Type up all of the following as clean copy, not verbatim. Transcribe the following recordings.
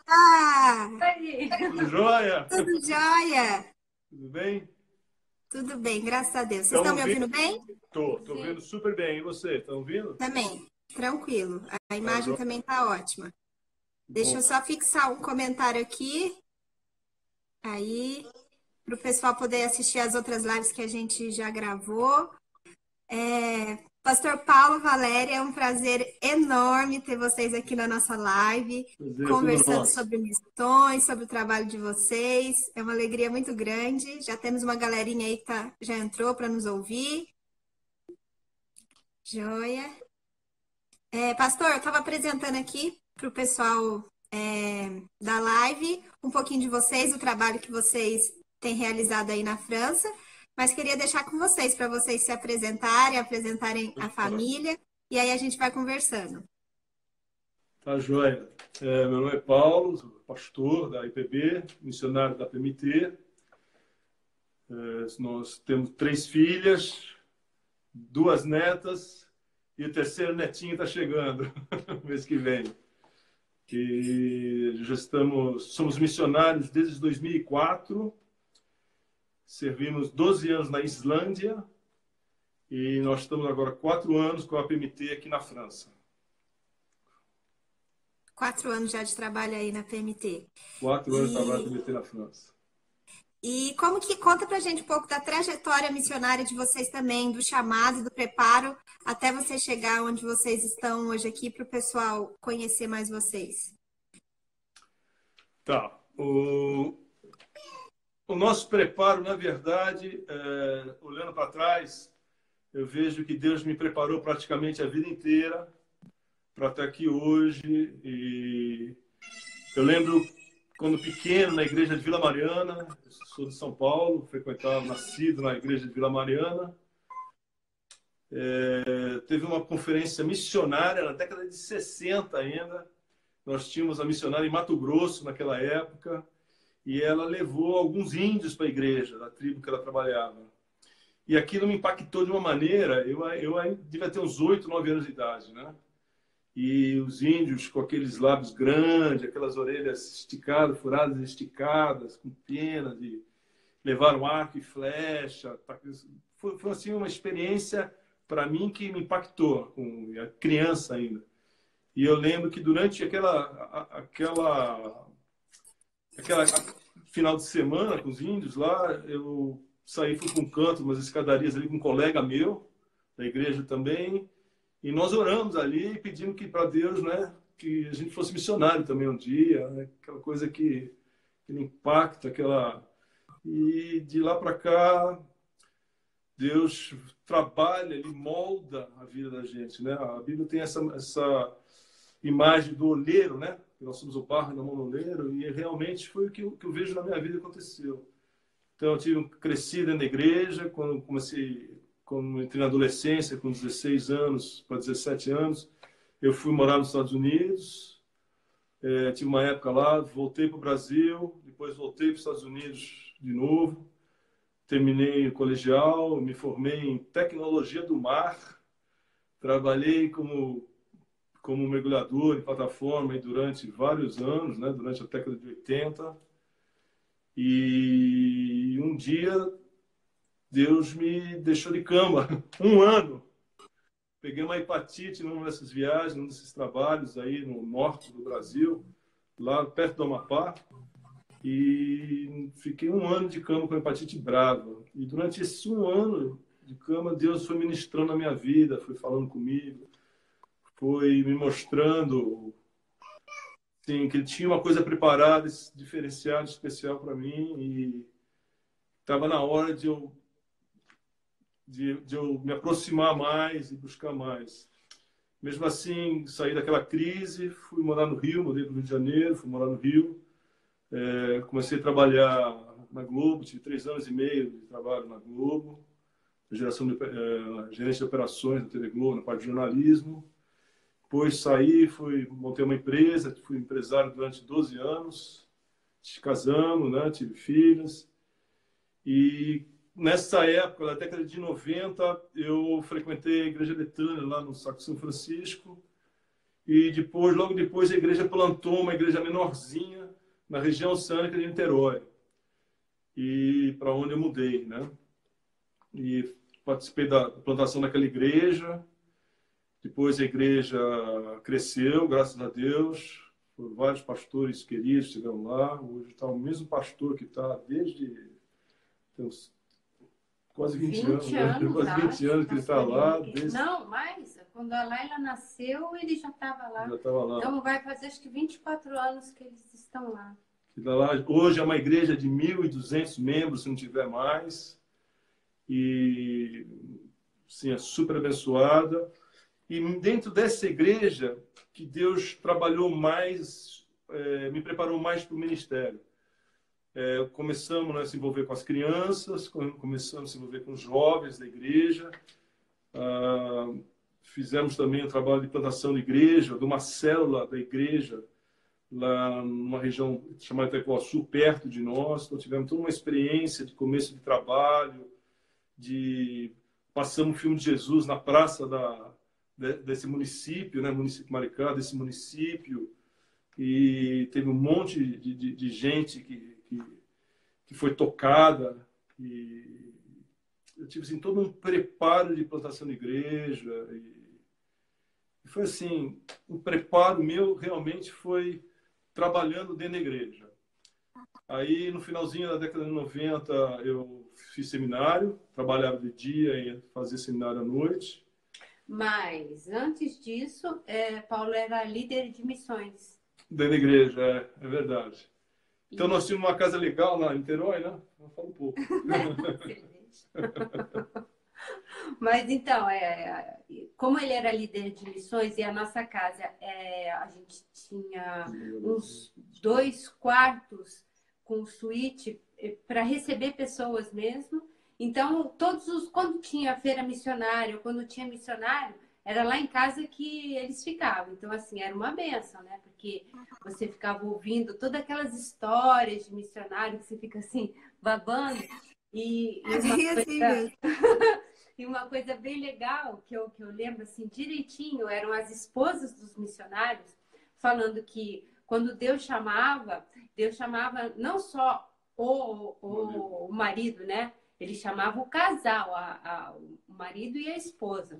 Olá! Oi. Tudo jóia? Tudo jóia? Tudo bem? Tudo bem, graças a Deus. Vocês Estão estão me ouvindo? ouvindo bem? Tô Sim. vendo super bem. E você? Estão ouvindo? Também. Tranquilo. A Tá imagem jóia? também está ótima. Deixa Bom. eu só fixar um comentário aqui, aí, para o pessoal poder assistir as outras lives que a gente já gravou. Pastor Paulo, Valéria, é um prazer enorme ter vocês aqui na nossa live, Prazer é todo conversando nosso. sobre missões, sobre o trabalho de vocês. É uma alegria muito grande. Já temos uma galerinha aí que já entrou para nos ouvir. Joia. Pastor, eu estava apresentando aqui para o pessoal da live um pouquinho de vocês, o trabalho que vocês têm realizado aí na França, mas queria deixar com vocês para vocês se apresentarem, apresentarem a família, e aí a gente vai conversando. Tá jóia. Meu nome é Paulo, sou pastor da IPB, missionário da PMT. Nós temos 3 filhas, 2 netas e o terceiro netinho está chegando mês que vem. E somos missionários desde 2004. Servimos 12 anos na Islândia e nós estamos agora 4 anos com a PMT aqui na França. 4 anos já de trabalho aí na PMT. 4 anos de trabalho com a PMT na França. E como que conta pra gente um pouco da trajetória missionária de vocês também, do chamado, do preparo, até você chegar onde vocês estão hoje aqui, para o pessoal conhecer mais vocês. Tá. O nosso preparo, na verdade, olhando para trás, eu vejo que Deus me preparou praticamente a vida inteira para estar aqui hoje. E eu lembro quando pequeno, na igreja de Vila Mariana, eu sou de São Paulo, nascido na igreja de Vila Mariana. Teve uma conferência missionária na década de 60 ainda. Nós tínhamos a missionária em Mato Grosso naquela época e ela levou alguns índios para a igreja, da tribo que ela trabalhava. E aquilo me impactou de uma maneira, eu devia ter uns 8, 9 anos de idade, né? E os índios com aqueles lábios grandes, aquelas orelhas esticadas, furadas e esticadas, com pena de levar um arco e flecha. Foi assim uma experiência para mim que me impactou, com a criança ainda. E eu lembro que durante aquela final de semana com os índios lá, eu fui para um canto, umas escadarias ali com um colega meu, da igreja também, e nós oramos ali pedindo que para Deus, né, que a gente fosse missionário também um dia, né, aquela coisa que impacta, E de lá para cá, Deus trabalha, Ele molda a vida da gente, né? A Bíblia tem essa imagem do olheiro, né? Que nós somos o barro na mão do olheiro, e realmente foi o que eu vejo na minha vida aconteceu. Então, eu tive crescido dentro da igreja, quando entrei na adolescência, com 16 anos para 17 anos, eu fui morar nos Estados Unidos, tive uma época lá, voltei para o Brasil, depois voltei para os Estados Unidos de novo, terminei o colegial, me formei em tecnologia do mar, trabalhei como mergulhador em plataforma durante vários anos, né, durante a década de 80. E um dia Deus me deixou de cama, um ano. Peguei uma hepatite numa dessas viagens, num desses trabalhos aí no norte do Brasil, lá perto do Amapá. E fiquei um ano de cama com hepatite brava. E durante esse um ano de cama, Deus foi ministrando a minha vida, foi falando comigo, foi me mostrando sim, que ele tinha uma coisa preparada, diferenciada, especial para mim. E estava na hora de eu me aproximar mais e buscar mais. Mesmo assim, saí daquela crise, fui morar no Rio, mudei para o Rio de Janeiro, fui morar no Rio. Comecei a trabalhar na Globo, tive 3 anos e meio de trabalho na Globo, gerente de operações da TV Globo, na parte de jornalismo. Depois saí, montei uma empresa, fui empresário durante 12 anos, casamos, né, tive filhos. E nessa época, na década de 90, eu frequentei a Igreja Betânia, lá no Saco São Francisco, E depois, logo depois, a igreja plantou uma igreja menorzinha na região oceânica de Niterói. E para onde eu mudei, né? E participei da plantação daquela igreja. Depois a igreja cresceu, graças a Deus. Foram vários pastores queridos estiveram lá. Hoje está o mesmo pastor que está desde tem uns quase 20 anos, né? Quase 20 anos que ele está lá. Desde... Não, mas quando a Laila nasceu, ele já estava lá. Já estava lá. Então vai fazer acho que 24 anos que eles estão lá. Hoje é uma igreja de 1.200 membros, se não tiver mais. E sim, é super abençoada. E dentro dessa igreja que Deus trabalhou mais, me preparou mais para o ministério. Começamos a se envolver com as crianças, começamos a se envolver com os jovens da igreja. Fizemos também um trabalho de plantação de igreja, de uma célula da igreja, lá numa região chamada Itaquaçu, perto de nós. Então, tivemos toda uma experiência de começo de trabalho, passamos o filme de Jesus na praça desse município, né, município Maricá, desse município, e teve um monte de gente que foi tocada, e eu tive assim, todo um preparo de plantação de igreja, e foi assim, o preparo meu realmente foi trabalhando dentro da igreja. Aí, no finalzinho da década de 90, eu fiz seminário, trabalhava de dia e fazia seminário à noite. Mas, antes disso, Paulo era líder de missões. Dentro da igreja, é verdade. Então, nós tínhamos uma casa legal lá em Niterói, né? Vou falar um pouco. Mas, então, como ele era líder de missões e a nossa casa, a gente tinha uns 2 quartos com suíte para receber pessoas mesmo. Então, quando tinha feira missionária, ou quando tinha missionário, era lá em casa que eles ficavam. Então, assim, era uma benção, né? Porque você ficava ouvindo todas aquelas histórias de missionário que você fica assim, babando. E uma coisa bem legal que eu lembro assim direitinho eram as esposas dos missionários falando que quando Deus chamava não só o marido, né? Ele chamava o casal, o marido e a esposa.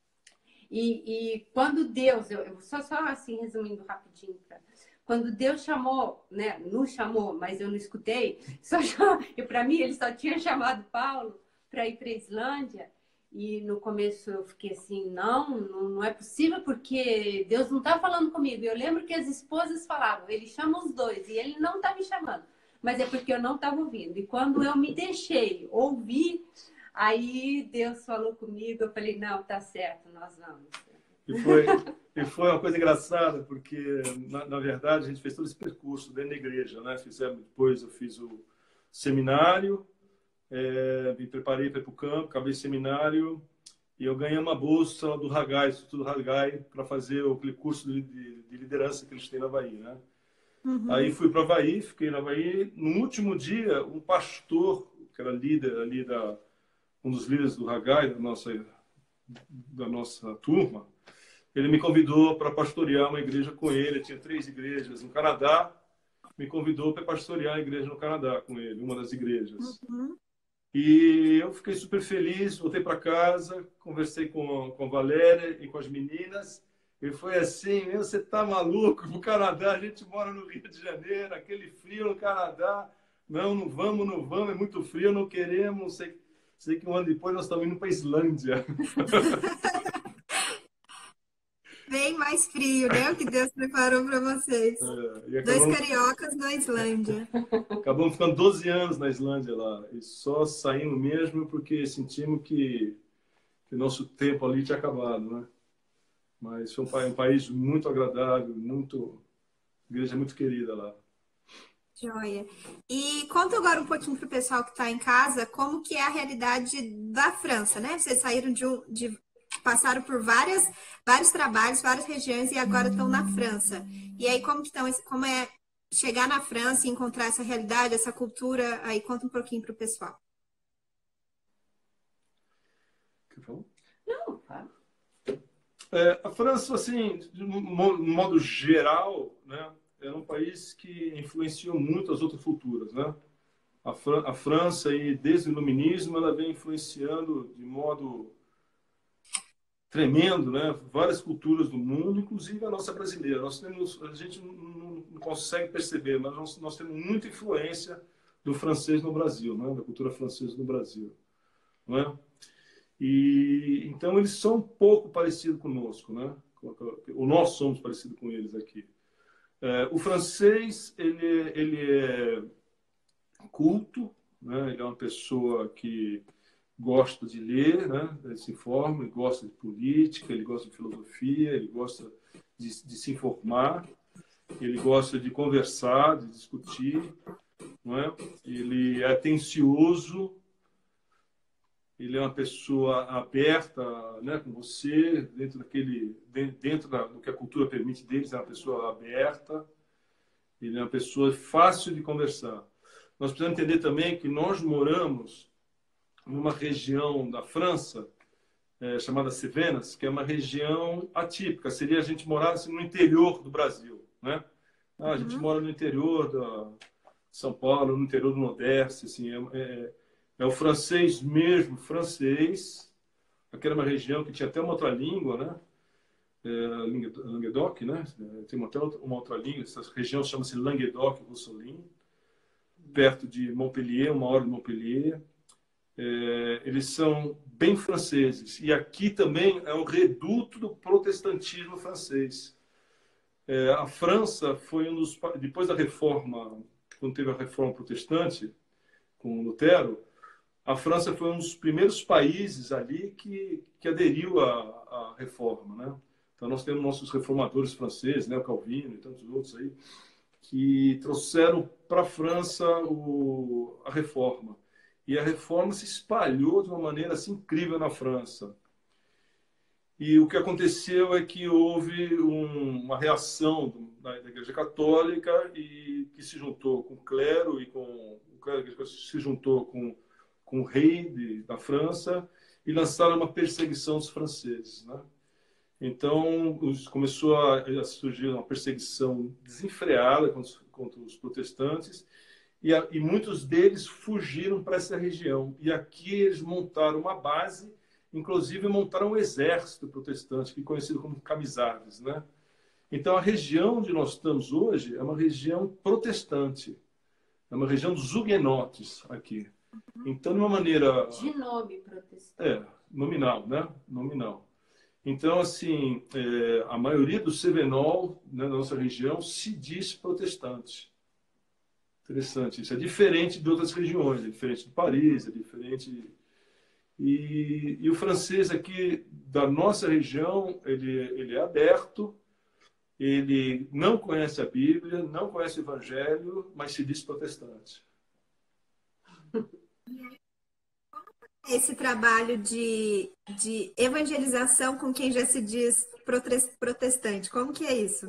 E quando Deus, eu só assim resumindo rapidinho, quando Deus chamou, né? Nos chamou, mas eu não escutei. E para mim ele só tinha chamado Paulo para ir para a Islândia. E no começo eu fiquei assim, não é possível porque Deus não está falando comigo. Eu lembro que as esposas falavam, ele chama os dois e ele não está me chamando. Mas é porque eu não estava ouvindo. E quando eu me deixei ouvir, aí Deus falou comigo, eu falei, não, tá certo, nós vamos. E foi uma coisa engraçada, porque, na verdade, a gente fez todo esse percurso dentro da igreja, né? Depois eu fiz o seminário, me preparei para ir para o campo, acabei o seminário, e eu ganhei uma bolsa do Haggai, Instituto Haggai, para fazer aquele curso de liderança que eles têm na Havaí, né? Uhum. Aí fui para o Havaí, fiquei na Havaí. No último dia, um pastor, que era líder ali, um dos líderes do Haggai, da nossa turma, ele me convidou para pastorear uma igreja com ele. Tinha 3 igrejas no Canadá. Me convidou para pastorear a igreja no Canadá com ele, uma das igrejas. Uhum. E eu fiquei super feliz, voltei para casa, conversei com a Valéria e com as meninas. E foi assim, você tá maluco? No Canadá, a gente mora no Rio de Janeiro, aquele frio no Canadá. Não vamos, é muito frio, não queremos. Sei que um ano depois nós estamos indo para a Islândia. Bem mais frio, né? O que Deus preparou para vocês. 2 cariocas na Islândia. Acabamos ficando 12 anos na Islândia lá. E só saímos mesmo porque sentimos que o nosso tempo ali tinha acabado, né? Mas foi um país muito agradável, igreja muito querida lá. Joia. E conta agora um pouquinho para o pessoal que está em casa, como que é a realidade da França, né? Vocês saíram passaram por vários trabalhos, várias regiões e agora estão na França. E aí, como é chegar na França e encontrar essa realidade, essa cultura? Aí, conta um pouquinho para o pessoal. Não, fala. A França, assim, de um modo geral, né, era um país que influenciou muito as outras culturas, né? A França, aí, desde o Iluminismo, ela vem influenciando de modo tremendo, né? Várias culturas do mundo, inclusive a nossa brasileira. A gente não consegue perceber, mas nós temos muita influência do francês no Brasil, né? Da cultura francesa no Brasil, não é? E então eles são um pouco parecidos conosco, né? Ou nós somos parecidos com eles aqui. O francês ele é culto, né? Ele é uma pessoa que gosta de ler, né? Ele se informa, ele gosta de política, ele gosta de filosofia, ele gosta de se informar, ele gosta de conversar, de discutir, não é? Ele é atencioso, ele é uma pessoa aberta, né, com você, dentro do que a cultura permite deles, é uma pessoa aberta, ele é uma pessoa fácil de conversar. Nós precisamos entender também que nós moramos numa região da França chamada Cevenas, que é uma região atípica. Seria a gente morar assim, no interior do Brasil, né? A gente mora no interior de São Paulo, no interior do Nordeste, assim, é o francês mesmo, francês. Aqui era uma região que tinha até uma outra língua, né? Languedoc, né? Tem até uma outra língua. Essa região chama-se Languedoc-Roussillon, perto de Montpellier, 1 hora de Montpellier. Eles são bem franceses. E aqui também é o reduto do protestantismo francês. A França foi depois da reforma, quando teve a reforma protestante, com Lutero, a França foi um dos primeiros países ali que aderiu à reforma, né? Então nós temos nossos reformadores franceses, né, o Calvino e tantos outros aí, que trouxeram para a França a reforma. E a reforma se espalhou de uma maneira assim, incrível na França. E o que aconteceu é que houve uma reação da Igreja Católica e que se juntou com o clero e o clero se juntou com o rei da França e lançaram uma perseguição dos franceses, né? Então começou a surgir uma perseguição desenfreada contra os protestantes e muitos deles fugiram para essa região. E aqui eles montaram uma base, inclusive montaram um exército protestante, que é conhecido como camisardes, né? Então, a região onde nós estamos hoje é uma região protestante. É uma região dos huguenotes aqui. Então, de uma maneira... De nome protestante. Nominal, né? Nominal. Então, assim, a maioria do Cévenol, né, da nossa região, se diz protestante. Interessante. Isso é diferente de outras regiões, é diferente de Paris, é diferente... E o francês aqui da nossa região, ele é aberto, ele não conhece a Bíblia, não conhece o Evangelho, mas se diz protestante. Esse trabalho de evangelização com quem já se diz protestante, como que é isso?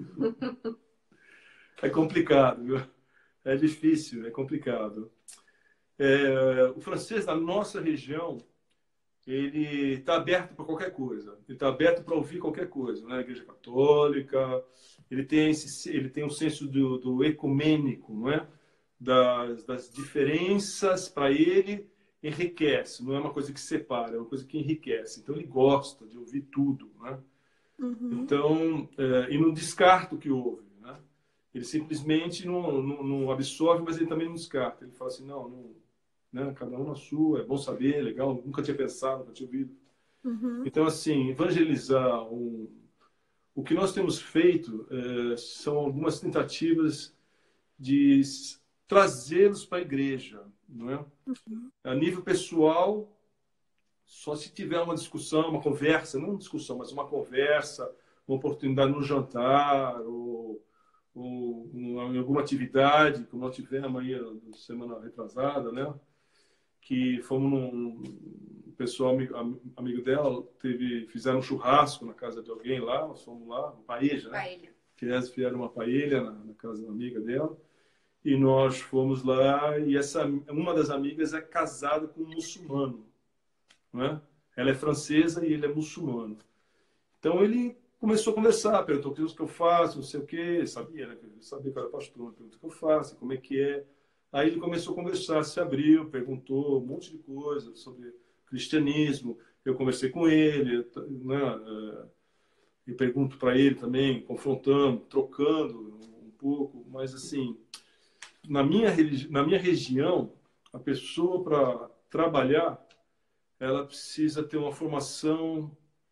É complicado, viu? É difícil, é complicado. O francês da nossa região, ele está aberto para qualquer coisa. Ele está aberto para ouvir qualquer coisa, né? A Igreja Católica, ele tem um senso do ecumênico, não é? Das diferenças, para ele, enriquece. Não é uma coisa que separa, é uma coisa que enriquece. Então, ele gosta de ouvir tudo, né? Então, e não descarta o que ouve, né? Ele simplesmente não absorve, mas ele também não descarta. Ele fala assim, não, né? Cada um na sua, é bom saber, é legal, nunca tinha pensado, nunca tinha ouvido. Então, assim, evangelizar, o que nós temos feito são algumas tentativas de trazê-los para a igreja, não é? A nível pessoal, só se tiver uma discussão, uma conversa, não uma discussão, mas uma conversa, uma oportunidade no jantar, ou em alguma atividade, como nós tivemos aí na semana retrasada, né? Que fomos o pessoal amigo dela fizeram um churrasco na casa de alguém lá, nós fomos lá, uma paella, né? Paella. Que eles fizeram uma paella na casa da amiga dela. E nós fomos lá e uma das amigas é casada com um muçulmano, não é? Ela é francesa e ele é muçulmano. Então ele começou a conversar, perguntou o que eu faço, não sei o quê, sabia, né? Ele sabia que eu era pastor, perguntou o que eu faço, como é que é. Aí ele começou a conversar, se abriu, perguntou um monte de coisa sobre cristianismo. Eu conversei com ele, né? E pergunto para ele também, confrontando, trocando um pouco, mas assim, na minha região, a pessoa para trabalhar, ela precisa ter uma formação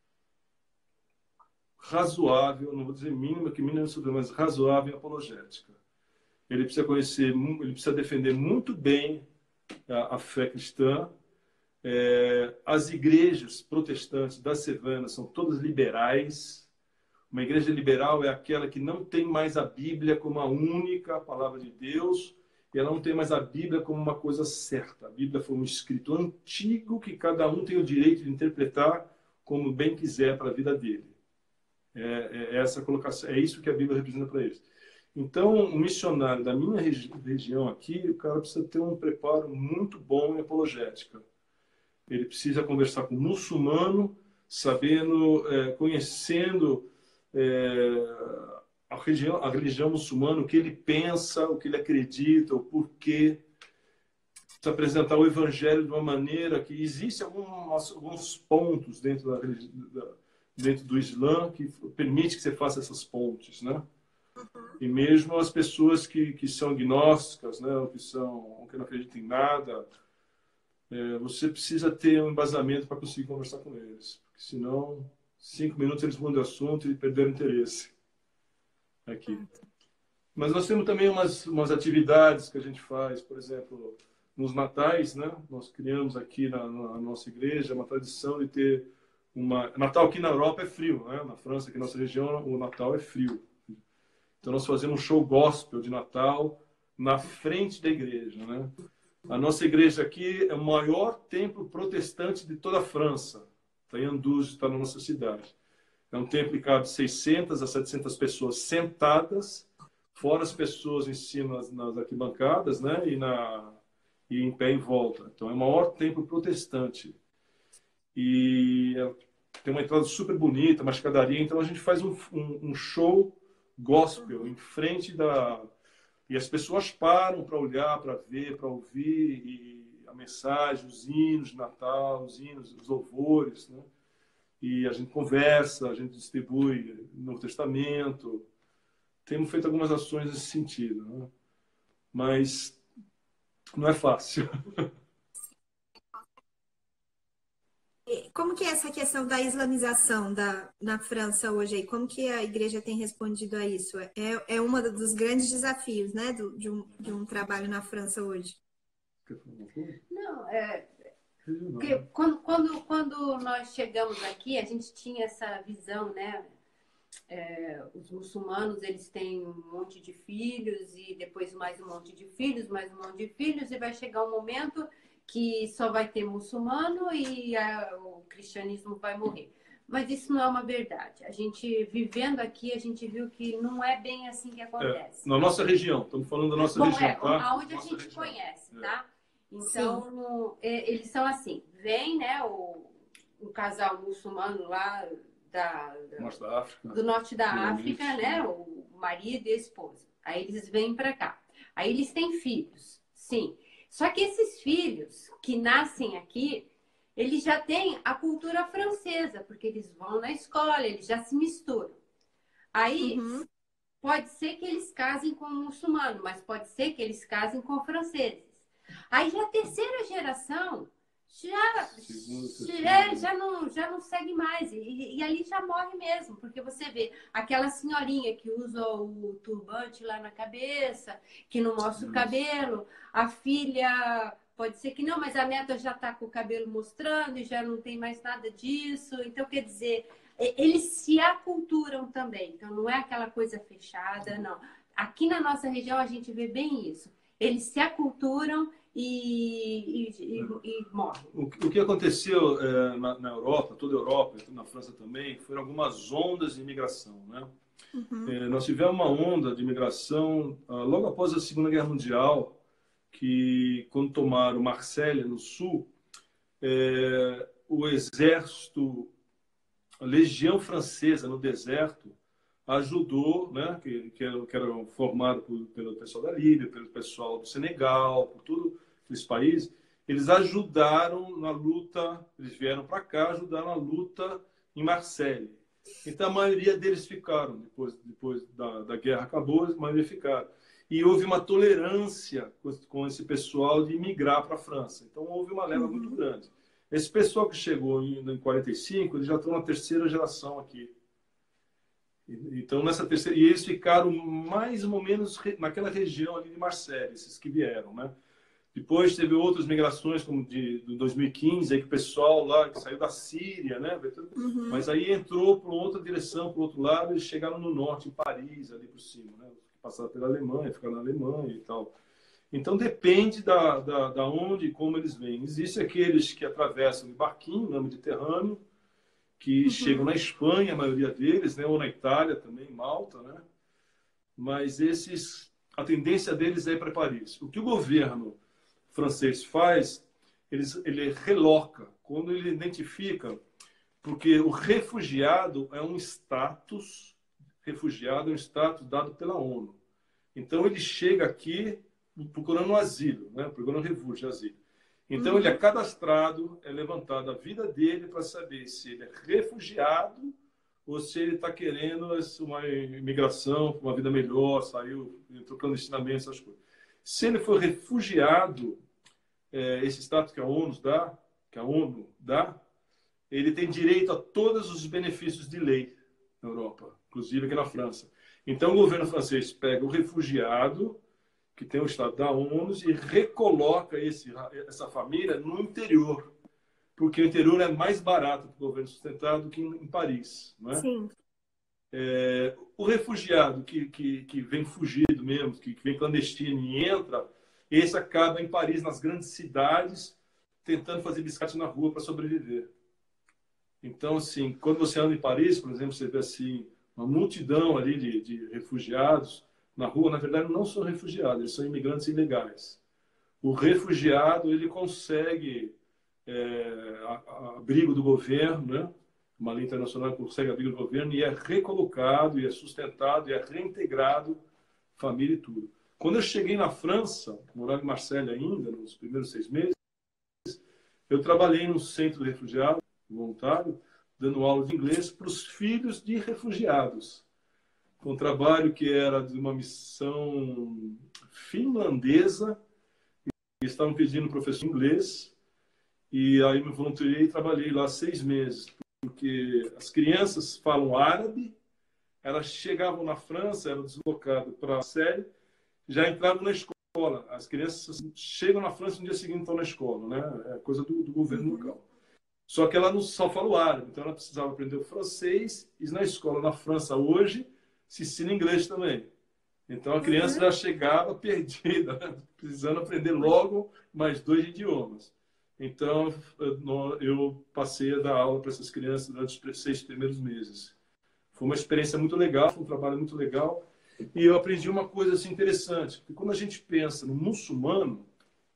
razoável, não vou dizer mínima, que mínima é mas razoável em apologética. Ele precisa conhecer, ele precisa defender muito bem a fé cristã. As igrejas protestantes da Savannah são todas liberais. Uma igreja liberal é aquela que não tem mais a Bíblia como a única palavra de Deus, e ela não tem mais a Bíblia como uma coisa certa. A Bíblia foi um escrito antigo que cada um tem o direito de interpretar como bem quiser para a vida dele. Essa colocação, é isso que a Bíblia representa para eles. Então, um missionário da minha região aqui, o cara precisa ter um preparo muito bom em apologética. Ele precisa conversar com o muçulmano, sabendo, conhecendo a religião muçulmana, o que ele pensa, o que ele acredita, o porquê. Precisa apresentar o evangelho de uma maneira que existe alguns pontos dentro do Islã que permite que você faça essas pontes, né? E mesmo as pessoas que são agnósticas, né, ou que não acreditam em nada, você precisa ter um embasamento para conseguir conversar com eles. Porque senão, 5 minutos eles mudam de assunto e perderam interesse aqui. Mas nós temos também umas atividades que a gente faz, por exemplo, nos natais, né? Nós criamos aqui na nossa igreja uma tradição de ter Natal aqui na Europa é frio, né? Na França, aqui na nossa região, o Natal é frio. Então nós fazemos um show gospel de Natal na frente da igreja, né? A nossa igreja aqui é o maior templo protestante de toda a França. Está em Anduze, está na nossa cidade. É um templo que cabe 600 a 700 pessoas sentadas, fora as pessoas em cima nas arquibancadas, né? E em pé em volta. Então é o maior templo protestante. E tem uma entrada super bonita, uma escadaria. Então a gente faz um show gospel em frente e as pessoas param para olhar, para ver, para ouvir e a mensagem, os hinos de Natal, os hinos, os louvores, né? E a gente conversa, a gente distribui o Novo Testamento. Temos feito algumas ações nesse sentido, né? Mas não é fácil. Como que é essa questão da islamização na França hoje aí? Como que a igreja tem respondido a isso? É um dos grandes desafios, né, de um trabalho na França hoje. Não, porque quando nós chegamos aqui, a gente tinha essa visão, né? Os muçulmanos, eles têm um monte de filhos e depois mais um monte de filhos, mais um monte de filhos, e vai chegar um momento que só vai ter muçulmano e o cristianismo vai morrer. Mas isso não é uma verdade. A gente, vivendo aqui, a gente viu que não é bem assim que acontece. Na nossa região, estamos falando da nossa região, tá? Aonde a gente conhece, tá? Então, eles são assim, vem, né, um casal muçulmano lá do norte da África, né, o marido e a esposa. Aí eles vêm para cá. Aí eles têm filhos, sim. Só que esses filhos que nascem aqui, eles já têm a cultura francesa, porque eles vão na escola, eles já se misturam. Aí, pode ser que eles casem com um muçulmano, mas pode ser que eles casem com franceses. Aí, já a terceira geração já não segue mais. E ali já morre mesmo, porque você vê aquela senhorinha que usa o turbante lá na cabeça, que não mostra o cabelo, a filha... Pode ser que não, mas a neta já está com o cabelo mostrando e já não tem mais nada disso. Então, quer dizer, eles se aculturam também. Então, não é aquela coisa fechada, não. Aqui na nossa região, a gente vê bem isso. Eles se aculturam e morrem. O que aconteceu na Europa, toda a Europa, na França também, foram algumas ondas de imigração, né? Nós tivemos uma onda de imigração logo após a Segunda Guerra Mundial, que quando tomaram Marselha no sul, o exército a Legião Francesa no deserto ajudou, né, que era formado pelo pessoal da Líbia, pelo pessoal do Senegal, por todos os países. Eles ajudaram na luta, eles vieram para cá, ajudaram na luta em Marseille. Então, a maioria deles ficaram, depois da guerra acabou, a maioria ficaram. E houve uma tolerância com esse pessoal de migrar para a França. Então, houve uma leva muito grande. Esse pessoal que chegou em 45, eles já estão na terceira geração aqui. Então, nessa terceira... E eles ficaram mais ou menos naquela região ali de Marseille, esses que vieram, né? Depois teve outras migrações, como de 2015, aí que o pessoal lá que saiu da Síria, né? Mas aí entrou para outra direção, para o outro lado, eles chegaram no norte, em Paris, ali por cima, né? Passaram pela Alemanha, ficaram na Alemanha e tal. Então depende da onde e como eles vêm. Existem aqueles que atravessam de barquinho no Mediterrâneo, que chegam na Espanha, a maioria deles, né? Ou na Itália também, Malta, né? Mas a tendência deles é ir para Paris. O que o governo francês faz, ele reloca, quando ele identifica, porque o refugiado é um status dado pela ONU. Então, ele chega aqui procurando um asilo, né? Procurando um refúgio, asilo. Então, ele é cadastrado, é levantada a vida dele para saber se ele é refugiado ou se ele está querendo uma imigração, uma vida melhor, entrou clandestinamente, essas coisas. Se ele for refugiado, esse status que a ONU dá, ele tem direito a todos os benefícios de lei na Europa, inclusive aqui na França. Então, o governo francês pega o refugiado, que tem o estado da ONU, e recoloca essa família no interior, porque o interior é mais barato para o governo sustentar do que em Paris. Não é? Sim. O refugiado que vem fugido mesmo, que vem clandestino e entra, esse acaba em Paris, nas grandes cidades, tentando fazer biscate na rua para sobreviver. Então, assim, quando você anda em Paris, por exemplo, você vê assim, uma multidão ali de refugiados na rua. Na verdade, não são refugiados, eles são imigrantes ilegais. O refugiado, ele consegue abrigo do governo, né? Uma lei internacional consegue abrigo do governo e é recolocado, e é sustentado, e é reintegrado, família e tudo. Quando eu cheguei na França, morava em Marseille ainda, nos primeiros 6 meses, eu trabalhei num centro de refugiados, voluntário, dando aula de inglês para os filhos de refugiados. Um trabalho que era de uma missão finlandesa, e estavam pedindo professor de inglês, e aí me voluntariei e trabalhei lá 6 meses, porque as crianças falam árabe, elas chegavam na França, eram deslocadas para a série, já entravam na escola. As crianças chegam na França no dia seguinte estão na escola, né? É coisa do governo local. Só que ela não só fala o árabe, então ela precisava aprender o francês, e na escola na França hoje se ensina inglês também. Então a criança já chegava perdida, né? Precisando aprender logo mais 2 idiomas. Então eu passei a dar aula para essas crianças durante os 6 primeiros meses. Foi uma experiência muito legal, foi um trabalho muito legal. E eu aprendi uma coisa assim, interessante, porque quando a gente pensa no muçulmano,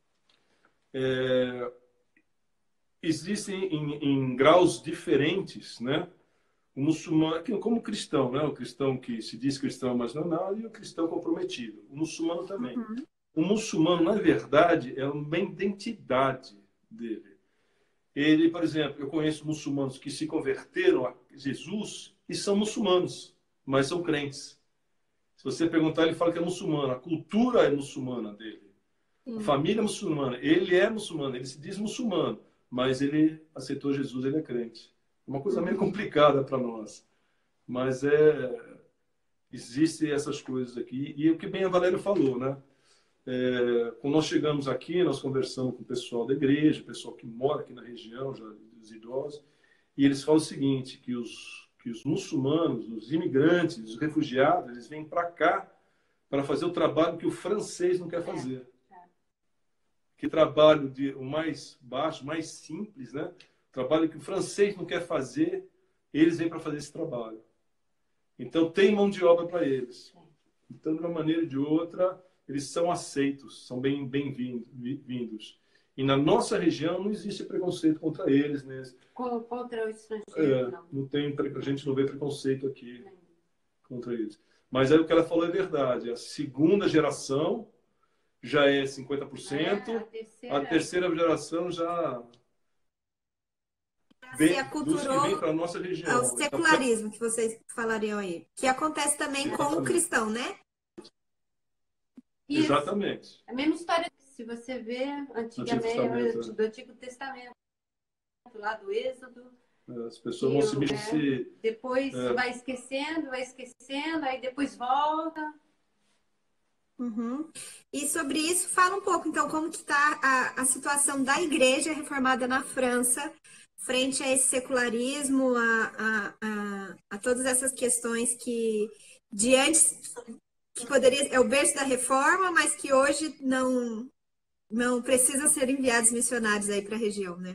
existem em graus diferentes, né? O muçulmano, como o cristão, né? O cristão que se diz cristão, mas não é nada, e o cristão comprometido. O muçulmano também. O muçulmano, na verdade, é uma identidade dele. Ele, por exemplo, eu conheço muçulmanos que se converteram a Jesus e são muçulmanos, mas são crentes. Se você perguntar, ele fala que é muçulmano. A cultura é muçulmana dele. A família é muçulmana. Ele é muçulmano, ele se diz muçulmano, mas ele aceitou Jesus, ele é crente. É uma coisa meio complicada para nós. Mas existem essas coisas aqui. E o que bem a Valéria falou, né? Quando nós chegamos aqui, nós conversamos com o pessoal da igreja, o pessoal que mora aqui na região, já dos idosos, e eles falam o seguinte, que os muçulmanos, os imigrantes, os refugiados, eles vêm para cá para fazer o trabalho que o francês não quer fazer. Que trabalho o mais baixo, mais simples, né? Trabalho que o francês não quer fazer, eles vêm para fazer esse trabalho. Então, tem mão de obra para eles. Então, de uma maneira ou de outra, eles são aceitos, são bem-vindos. E na nossa região não existe preconceito contra eles, né? Contra o estrangeiro, não. Não tem, a gente não vê preconceito aqui contra eles. Mas aí o que ela falou é verdade. A segunda geração já é 50%, a terceira geração já Se dos que vêm aculturou para a nossa região. ao secularismo que vocês falariam aí, que acontece também com o cristão, né? Isso. Exatamente. A mesma história, se você vê antigamente, do Antigo Testamento, lá do Êxodo. As pessoas vão se mexer. Depois vai esquecendo, aí depois volta. Uhum. E sobre isso, fala um pouco, então, como que está a situação da Igreja Reformada na França frente a esse secularismo, a todas essas questões que de antes, que poderia é o berço da reforma, mas que hoje não precisa ser enviados missionários aí para a região, né?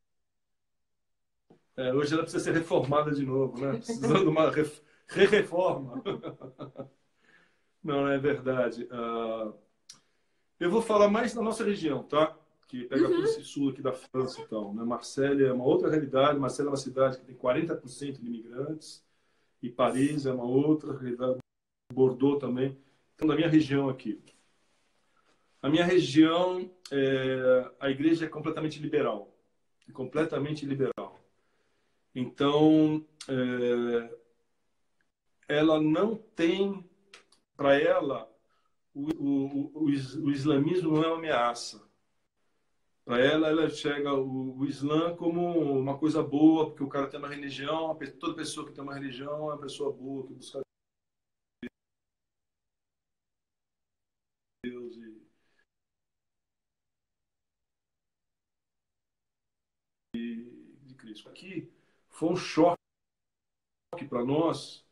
Hoje ela precisa ser reformada de novo, né? Precisando de uma reforma. Não, é verdade. Eu vou falar mais da nossa região, tá? Que pega todo esse sul aqui da França e tal, né? Marselha é uma outra realidade. Marselha é uma cidade que tem 40% de imigrantes. E Paris é uma outra realidade. Bordeaux também. Então, da minha região aqui. A minha região, a igreja é completamente liberal. Completamente liberal. Então, ela não tem, para ela, o islamismo não é uma ameaça. Para ela enxerga o Islã como uma coisa boa, porque o cara tem uma religião, toda pessoa que tem uma religião é uma pessoa boa, que busca Deus. De Cristo. Aqui foi um choque para nós,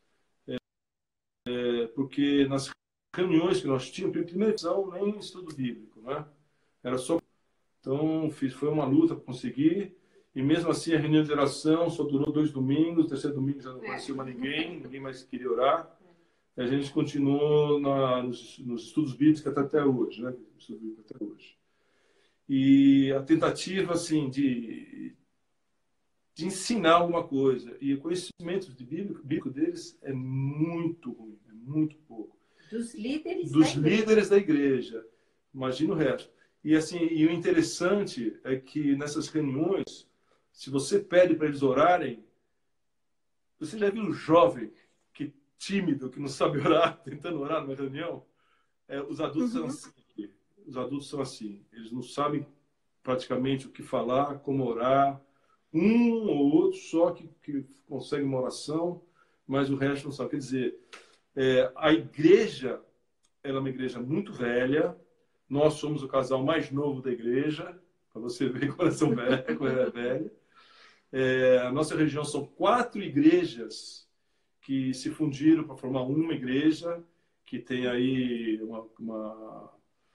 porque nas reuniões que nós tínhamos, primeira visão, nem estudo bíblico, né? Era só. Então, foi uma luta para conseguir. E mesmo assim, a reunião de oração só durou 2 domingos. O terceiro domingo já não apareceu mais ninguém mais queria orar. E a gente continuou nos estudos bíblicos até hoje, né? Até hoje. E a tentativa, assim, de ensinar alguma coisa. E o conhecimento bíblico deles é muito ruim, é muito pouco. Dos líderes da igreja. Imagina o resto. E assim, e o interessante é que nessas reuniões, se você pede para eles orarem, você já viu um jovem que tímido, que não sabe orar, tentando orar numa reunião? Os adultos são assim. Os adultos são assim. Eles não sabem praticamente o que falar, como orar. Um ou outro só que consegue uma oração, mas o resto não sabe. Quer dizer, a igreja, ela é uma igreja muito velha. Nós somos o casal mais novo da igreja, para você ver como ela é velha. A nossa região são 4 igrejas que se fundiram para formar uma igreja, que tem aí uma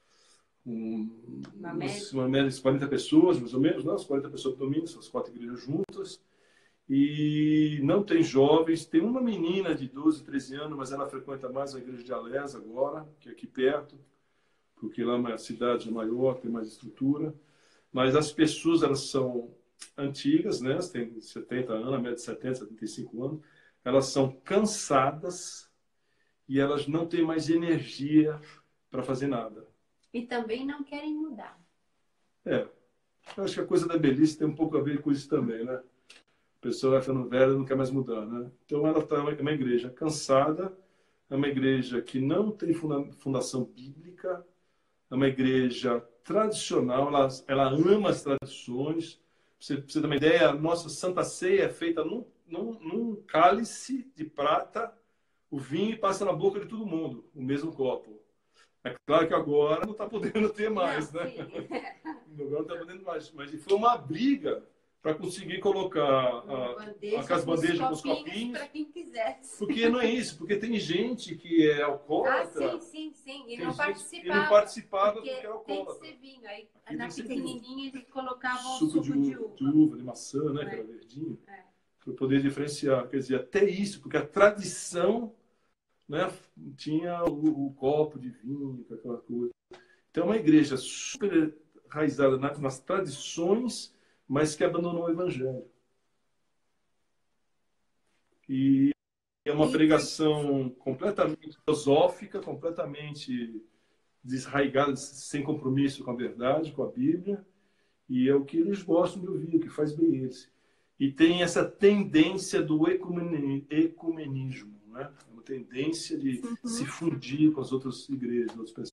média de 40 pessoas, mais ou menos, né? As 40 pessoas do domingo, são as 4 igrejas juntas. E não tem jovens. Tem uma menina de 12, 13 anos, mas ela frequenta mais a igreja de Alés agora, que é aqui perto, porque lá é uma cidade maior, tem mais estrutura. Mas as pessoas, elas são antigas, né? Elas têm 70 anos, a média de 70, 75 anos. Elas são cansadas e elas não têm mais energia para fazer nada. E também não querem mudar. Eu acho que a coisa da velhice tem um pouco a ver com isso também, né? A pessoa vai ficando velha e não quer mais mudar, né? Então, ela é uma igreja cansada, é uma igreja que não tem fundação bíblica, é uma igreja tradicional, ela ama as tradições. Pra você ter uma ideia, a nossa Santa Ceia é feita num cálice de prata, o vinho passa na boca de todo mundo, o mesmo copo. É claro que agora não está podendo ter mais, né? Agora não está podendo mais. Mas foi uma briga para conseguir colocar as bandejas com os copinhos. Para quem quisesse. Porque não é isso, porque tem gente que é alcoólatra. Sim. E não participava porque é alcoólatra. Tem que ser vinho. Aí, na pequenininha, eles colocavam suco de uva, de maçã, né? Que era verdinho. Para poder diferenciar. Quer dizer, até isso, porque a tradição, né, tinha o copo de vinho, aquela coisa. Então, é uma igreja super enraizada nas tradições, mas que abandonou o evangelho. E é uma pregação completamente filosófica, completamente desarraigada, sem compromisso com a verdade, com a Bíblia. E é o que eles gostam de ouvir, o que faz bem eles. E tem essa tendência do ecumenismo, né? É uma tendência de se fundir com as outras igrejas, outros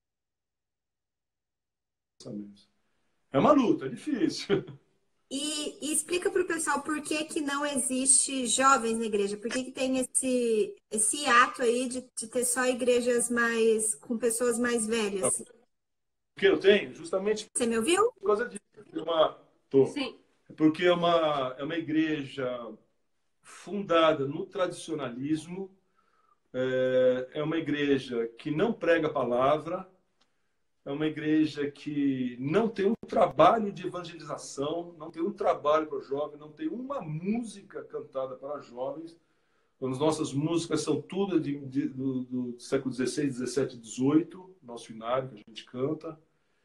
pensamentos. É uma luta, é difícil. E explica para o pessoal por que que não existe jovens na igreja, por que que tem esse ato aí de ter só igrejas com pessoas mais velhas. O que eu tenho? Justamente Você me ouviu? por causa disso. Sim. Porque é uma igreja fundada no tradicionalismo, é uma igreja que não prega a palavra, é uma igreja que não tem um trabalho de evangelização, não tem um trabalho para jovens, não tem uma música cantada para jovens. As nossas músicas são tudo do século XVI, XVII, XVIII, nosso inário que a gente canta.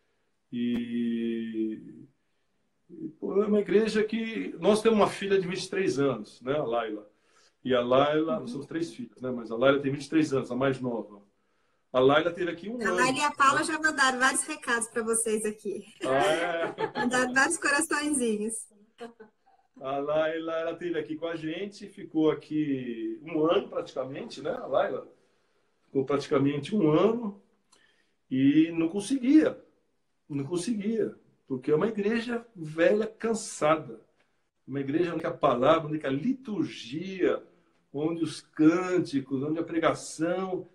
E é uma igreja que... Nós temos uma filha de 23 anos, né, a Laila. E a Laila, nós somos 3 filhos, né, mas a Laila tem 23 anos, a mais nova. A Laila teve aqui um ano. A Laila e a Paula já mandaram vários recados para vocês aqui. Mandaram vários coraçõezinhos. A Laila, ela esteve aqui com a gente, ficou aqui um ano praticamente, né? A Laila ficou praticamente um ano e não conseguia, porque é uma igreja velha, cansada. Uma igreja onde a palavra, onde a liturgia, onde os cânticos, onde a pregação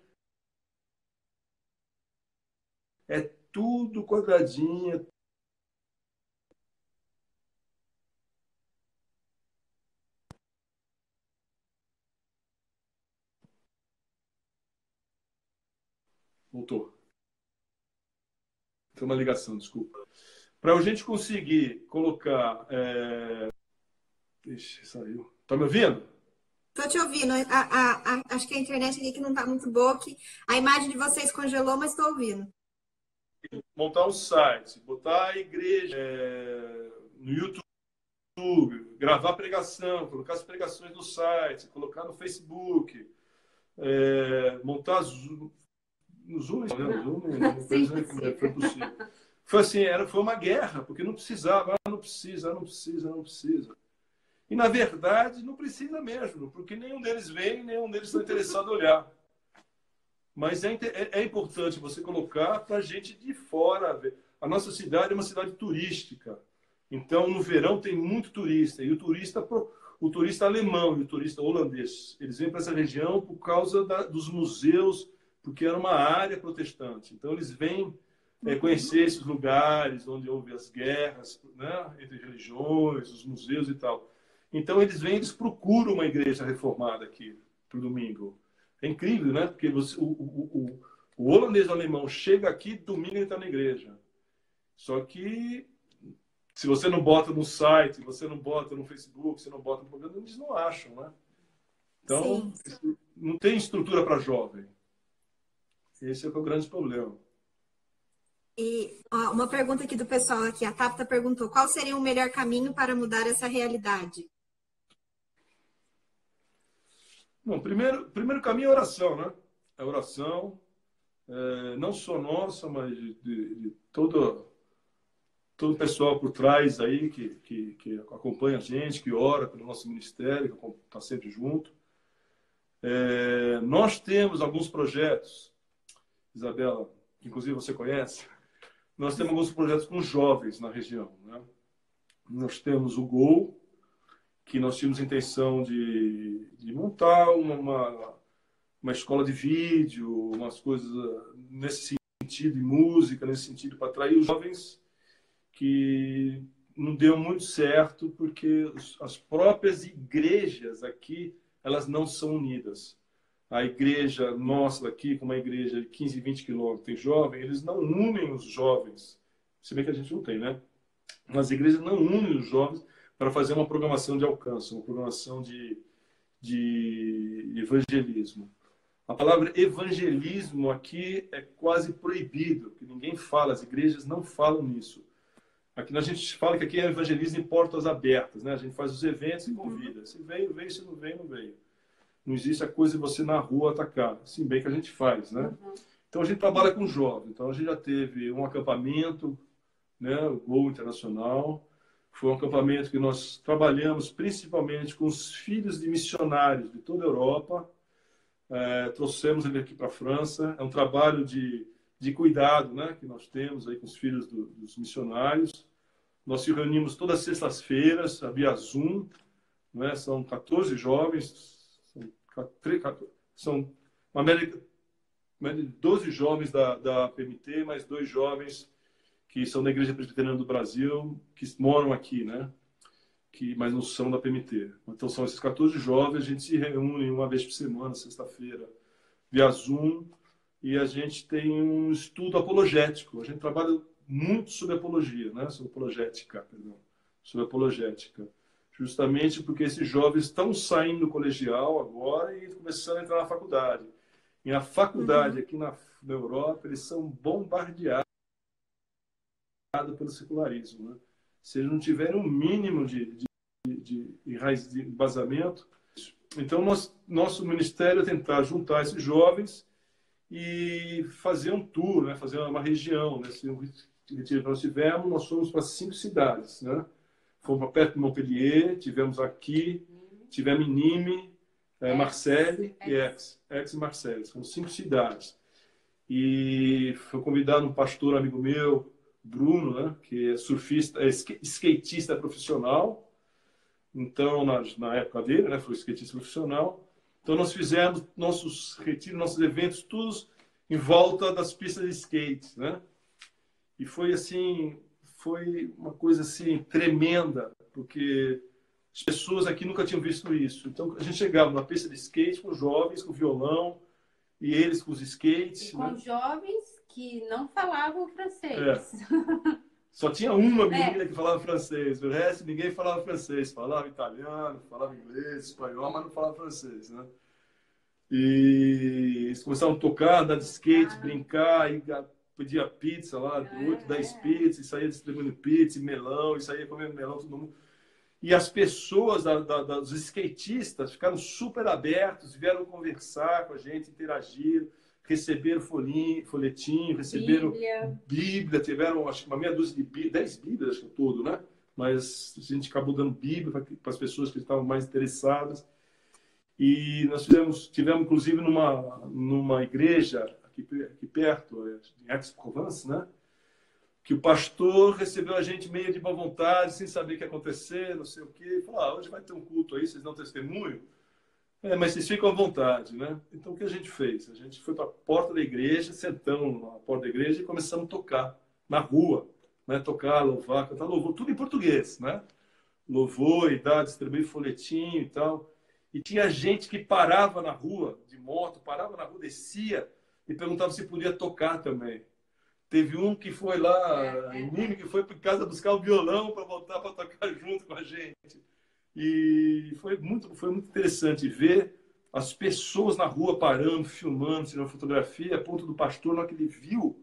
é tudo quadradinho. Voltou. Foi uma ligação, desculpa. Para a gente conseguir colocar... Ixi, saiu. Tá me ouvindo? Estou te ouvindo. Acho que a internet aqui que não está muito boa, que a imagem de vocês congelou, mas estou ouvindo. Montar um site, botar a igreja no YouTube, gravar pregação, colocar as pregações no site, colocar no Facebook, montar no Zoom, não foi possível. Foi assim, foi uma guerra, porque não precisava, não precisa. E, na verdade, não precisa mesmo, porque nenhum deles vem, nenhum deles está interessado em olhar. Mas é importante você colocar para a gente de fora ver. A nossa cidade é uma cidade turística. Então, no verão, tem muito turista. E o turista alemão e o turista holandês, eles vêm para essa região por causa dos museus, porque era uma área protestante. Então, eles vêm conhecer esses lugares onde houve as guerras, né, entre religiões, os museus e tal. Então, eles procuram uma igreja reformada aqui, para o domingo. É incrível, né? Porque o holandês alemão chega aqui, domingo ele está na igreja. Só que, se você não bota no site, você não bota no Facebook, você não bota no programa, eles não acham, né? Então, não tem estrutura para jovem. Esse é o grande problema. E uma pergunta aqui do pessoal aqui. A Tapta perguntou, qual seria o melhor caminho para mudar essa realidade? Bom, primeiro caminho é a oração, né? A oração, não só nossa, mas de todo o pessoal por trás aí que acompanha a gente, que ora pelo nosso ministério, que está sempre junto. Nós temos alguns projetos, Isabela, que inclusive você conhece, nós temos alguns projetos com jovens na região, né? Nós temos o GOL, que nós tínhamos a intenção de montar uma escola de vídeo, umas coisas nesse sentido, de música, nesse sentido, para atrair os jovens, que não deu muito certo, porque as próprias igrejas aqui, elas não são unidas. A igreja nossa daqui, como uma igreja de 15, 20 quilômetros, tem jovem, eles não unem os jovens. Se bem que a gente não tem, né? As igrejas não unem os jovens para fazer uma programação de alcance, uma programação de evangelismo. A palavra evangelismo aqui é quase proibido, que ninguém fala, as igrejas não falam nisso. Aqui a gente fala que aqui é evangelismo em portas abertas, né? A gente faz os eventos e convida. Se veio, veio. Se não veio, não veio. Não existe a coisa de você na rua atacar. Assim bem que a gente faz, né? Então a gente trabalha com jovens. Então a gente já teve um acampamento, né? O Gol Internacional. Foi um acampamento que nós trabalhamos principalmente com os filhos de missionários de toda a Europa. Trouxemos ele aqui para a França. É um trabalho de cuidado, né? Que nós temos aí com os filhos dos missionários. Nós se reunimos todas as sextas-feiras, via Zoom, né? São 14 jovens, são uma média de 12 jovens da PMT, mais 2 jovens que são da Igreja Presbiteriana do Brasil, que moram aqui, né? Mas não são da PMT. Então, são esses 14 jovens, a gente se reúne uma vez por semana, sexta-feira, via Zoom, e a gente tem um estudo apologético. A gente trabalha muito sobre apologia, né? Sobre apologética, perdão. Sobre apologética. Justamente porque esses jovens estão saindo do colegial agora e começando a entrar na faculdade. E a faculdade aqui na Europa, eles são bombardeados pelo secularismo, né? Se eles não tiverem um mínimo de embasamento. Então, nosso ministério é tentar juntar esses jovens e fazer um tour, né? Fazer uma região. Nesse retiro que nós tivemos, nós fomos para 5 cidades, né? Fomos para perto de Montpellier, tivemos aqui, tivemos em Nîmes, Marseille e Aix e Marseille. São 5 cidades. E foi convidado um pastor amigo meu, Bruno, né? Que é surfista, skatista profissional. Então, na época dele, né? Foi skatista profissional. Então, nós fizemos nossos retiros, nossos eventos, todos em volta das pistas de skate, né? E foi assim, foi uma coisa assim tremenda, porque as pessoas aqui nunca tinham visto isso. Então, a gente chegava na pista de skate com jovens, com violão, e eles com os skates. E com, né? Jovens que não falavam francês. Só tinha uma menina que falava francês, o resto ninguém falava francês, falava italiano, falava inglês, espanhol, mas não falava francês, né? E eles começaram a tocar, andar de skate, brincar, e pedia pizza lá, 8, 10 pizzas, e saía distribuindo pizza, e melão, e saía comendo melão, todo mundo. E as pessoas, dos skatistas, ficaram super abertos, vieram conversar com a gente, interagiram, receberam folhetinho, receberam Bíblia, tiveram acho que uma meia dúzia de Bíblia, 10 Bíblias, acho que todo, né? Mas a gente acabou dando Bíblia para as pessoas que estavam mais interessadas. E nós tivemos inclusive numa igreja aqui perto, em Aix-Provence, né? Que o pastor recebeu a gente meio de boa vontade, sem saber o que ia acontecer, não sei o quê. Falou, hoje vai ter um culto aí, vocês dão testemunho? Mas vocês ficam à vontade, né? Então, o que a gente fez? A gente foi para a porta da igreja, sentamos na porta da igreja e começamos a tocar na rua, né? Tocar, louvar, cantar louvor, tudo em português, né? Louvor e distribuir folhetinho e tal. E tinha gente que parava na rua, de moto, parava na rua, descia e perguntava se podia tocar também. Teve um que foi lá, em Nîmes, que foi para casa buscar o violão para voltar para tocar junto com a gente. E foi muito interessante ver as pessoas na rua parando, filmando, tirando fotografia, a ponto do pastor, na hora que ele viu...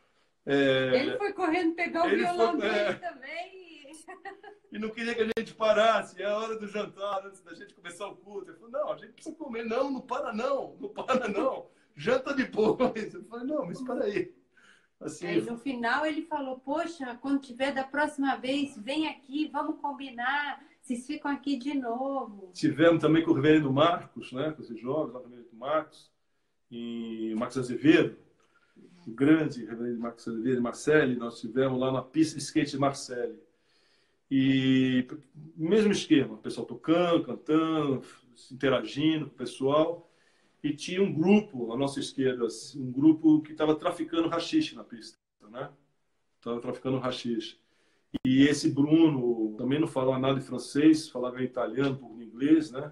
Ele foi correndo pegar o violão dele também. E não queria que a gente parasse. É a hora do jantar, antes da gente começar o culto. Ele falou, não, a gente precisa comer. Não para não. Janta depois. Eu falei, não, mas espera aí. Assim, aí no final ele falou, poxa, quando tiver da próxima vez, vem aqui, vamos combinar, vocês ficam aqui de novo. Tivemos também com o reverendo Marcos, né, com esses jovens, lá com o reverendo Marcos, e Marcos Azevedo, o grande reverendo Marcos Azevedo, Marcele, nós tivemos lá na pista de skate de Marcele. E mesmo esquema, o pessoal tocando, cantando, interagindo com o pessoal. E tinha um grupo à nossa esquerda, um grupo que estava traficando haxixe na pista, né? Estava traficando haxixe. E esse Bruno também não falava nada de francês, falava italiano, pouco de inglês, né?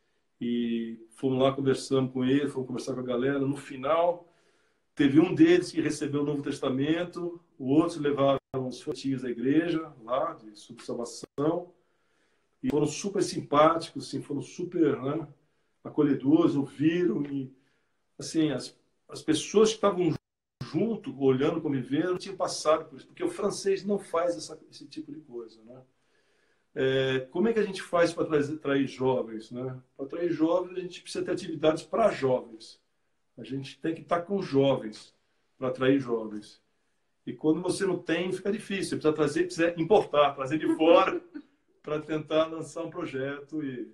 E fomos lá, conversamos com ele, fomos conversar com a galera. No final, teve um deles que recebeu o Novo Testamento, o outro levaram os fotinhos da igreja, lá, de salvação. E foram super simpáticos, assim, foram super, né, acolhedores, ouviram. E, assim, as pessoas que estavam junto, olhando, convivendo, não tinha passado por isso, porque o francês não faz esse tipo de coisa, né? Como é que a gente faz para atrair jovens, né? Para atrair jovens, a gente precisa ter atividades para jovens. A gente tem que estar com jovens para atrair jovens. E quando você não tem, fica difícil. Você precisa trazer, precisa importar, trazer de fora para tentar lançar um projeto. E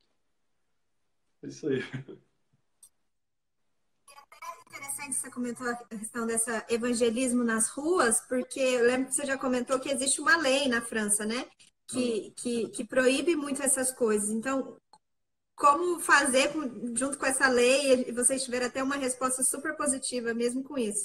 é isso aí. Interessante você comentou a questão desse evangelismo nas ruas, porque eu lembro que você já comentou que existe uma lei na França, né? Que proíbe muito essas coisas. Então, como fazer junto com essa lei e vocês tiveram até uma resposta super positiva mesmo com isso?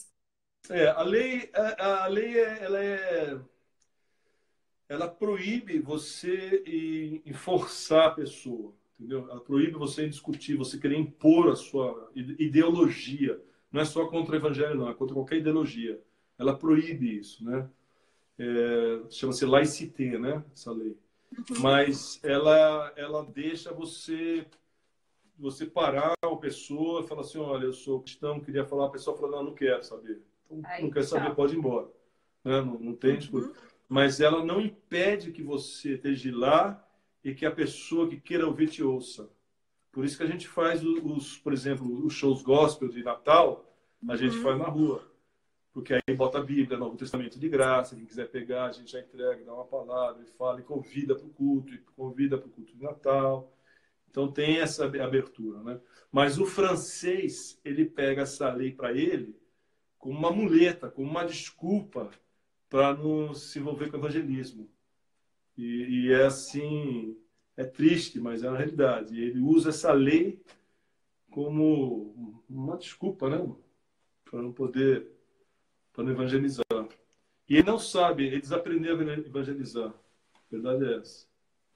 Ela proíbe você em forçar a pessoa, entendeu? Ela proíbe você em discutir, você querer impor a sua ideologia. Não é só contra o evangelho, não, é contra qualquer ideologia. Ela proíbe isso, né? Chama-se laïcité, né? Essa lei. Mas ela deixa você parar uma pessoa e falar assim, olha, eu sou cristão, queria falar, a pessoa fala, não quero saber. Então, não quer saber, pode ir embora. Né? Não tem discussão. Mas ela não impede que você esteja lá e que a pessoa que queira ouvir te ouça. Por isso que a gente faz por exemplo, os shows gospel de Natal, a gente faz na rua. Porque aí bota a Bíblia, Novo Testamento de graça, quem quiser pegar, a gente já entrega, dá uma palavra, e fala, e convida para o culto, de Natal. Então tem essa abertura, né? Mas o francês, ele pega essa lei para ele como uma muleta, como uma desculpa para não se envolver com o evangelismo. E é assim, é triste, mas é uma realidade. E ele usa essa lei como uma desculpa, né? Para não evangelizar. E ele não sabe, ele desaprendeu a evangelizar. A verdade é essa.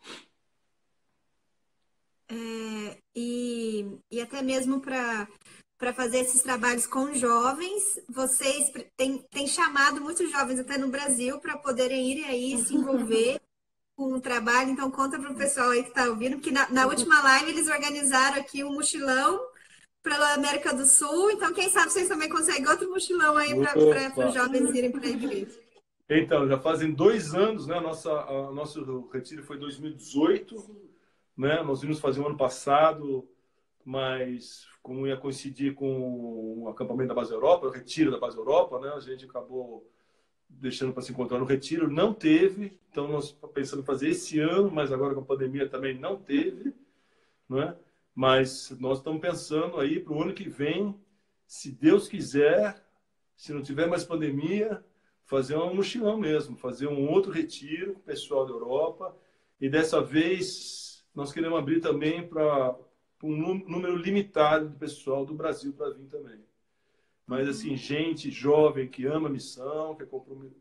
E até mesmo para fazer esses trabalhos com jovens, vocês têm chamado muitos jovens até no Brasil para poderem ir aí se envolver com o trabalho. Então, conta para o pessoal aí que está ouvindo, que na última live eles organizaram aqui um mochilão pela América do Sul. Então, quem sabe vocês também conseguem outro mochilão aí para os jovens irem para a igreja. Então, já fazem 2 anos, né? Nosso retiro foi em 2018. Né? Nós íamos fazer o ano passado, mas como ia coincidir com o acampamento da Base Europa, o retiro da Base Europa, né? A gente acabou deixando para se encontrar no retiro, não teve, então nós estamos pensando em fazer esse ano, mas agora com a pandemia também não teve, né? Mas nós estamos pensando aí para o ano que vem, se Deus quiser, se não tiver mais pandemia, fazer um mochilão mesmo, fazer um outro retiro com o pessoal da Europa, e dessa vez nós queremos abrir também para um número limitado de pessoal do Brasil para vir também. Mas, assim, gente jovem que ama a missão, que é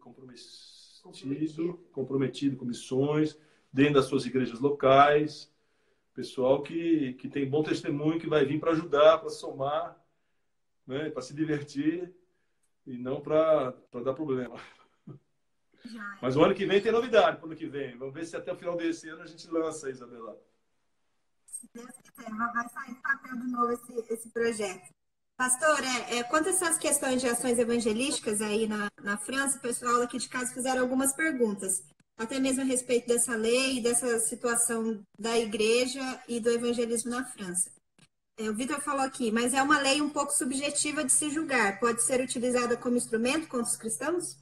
comprometido com missões, dentro das suas igrejas locais, pessoal que tem bom testemunho, que vai vir para ajudar, para somar, né, para se divertir e não para dar problema. Mas o ano que vem tem novidade para o ano que vem. Vamos ver se até o final desse ano a gente lança, Isabela. Se Deus quiser, vai sair do papel de novo esse projeto. Pastor, quanto a essas questões de ações evangelísticas aí na França, o pessoal aqui de casa fizeram algumas perguntas, até mesmo a respeito dessa lei e dessa situação da igreja e do evangelismo na França. O Vitor falou aqui, mas é uma lei um pouco subjetiva de se julgar. Pode ser utilizada como instrumento contra os cristãos?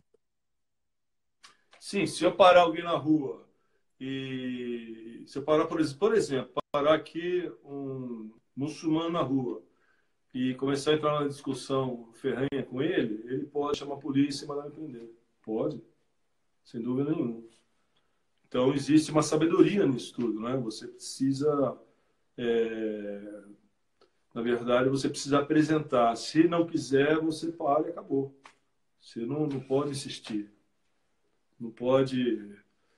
Sim, se eu parar alguém na rua e se eu parar, por exemplo, parar aqui um muçulmano na rua e começar a entrar na discussão ferrenha com ele pode chamar a polícia e mandar me prender. Pode, sem dúvida nenhuma. Então, existe uma sabedoria nisso tudo, né? Você precisa, na verdade, você precisa apresentar. Se não quiser, você para e acabou. Você não pode insistir. Não pode...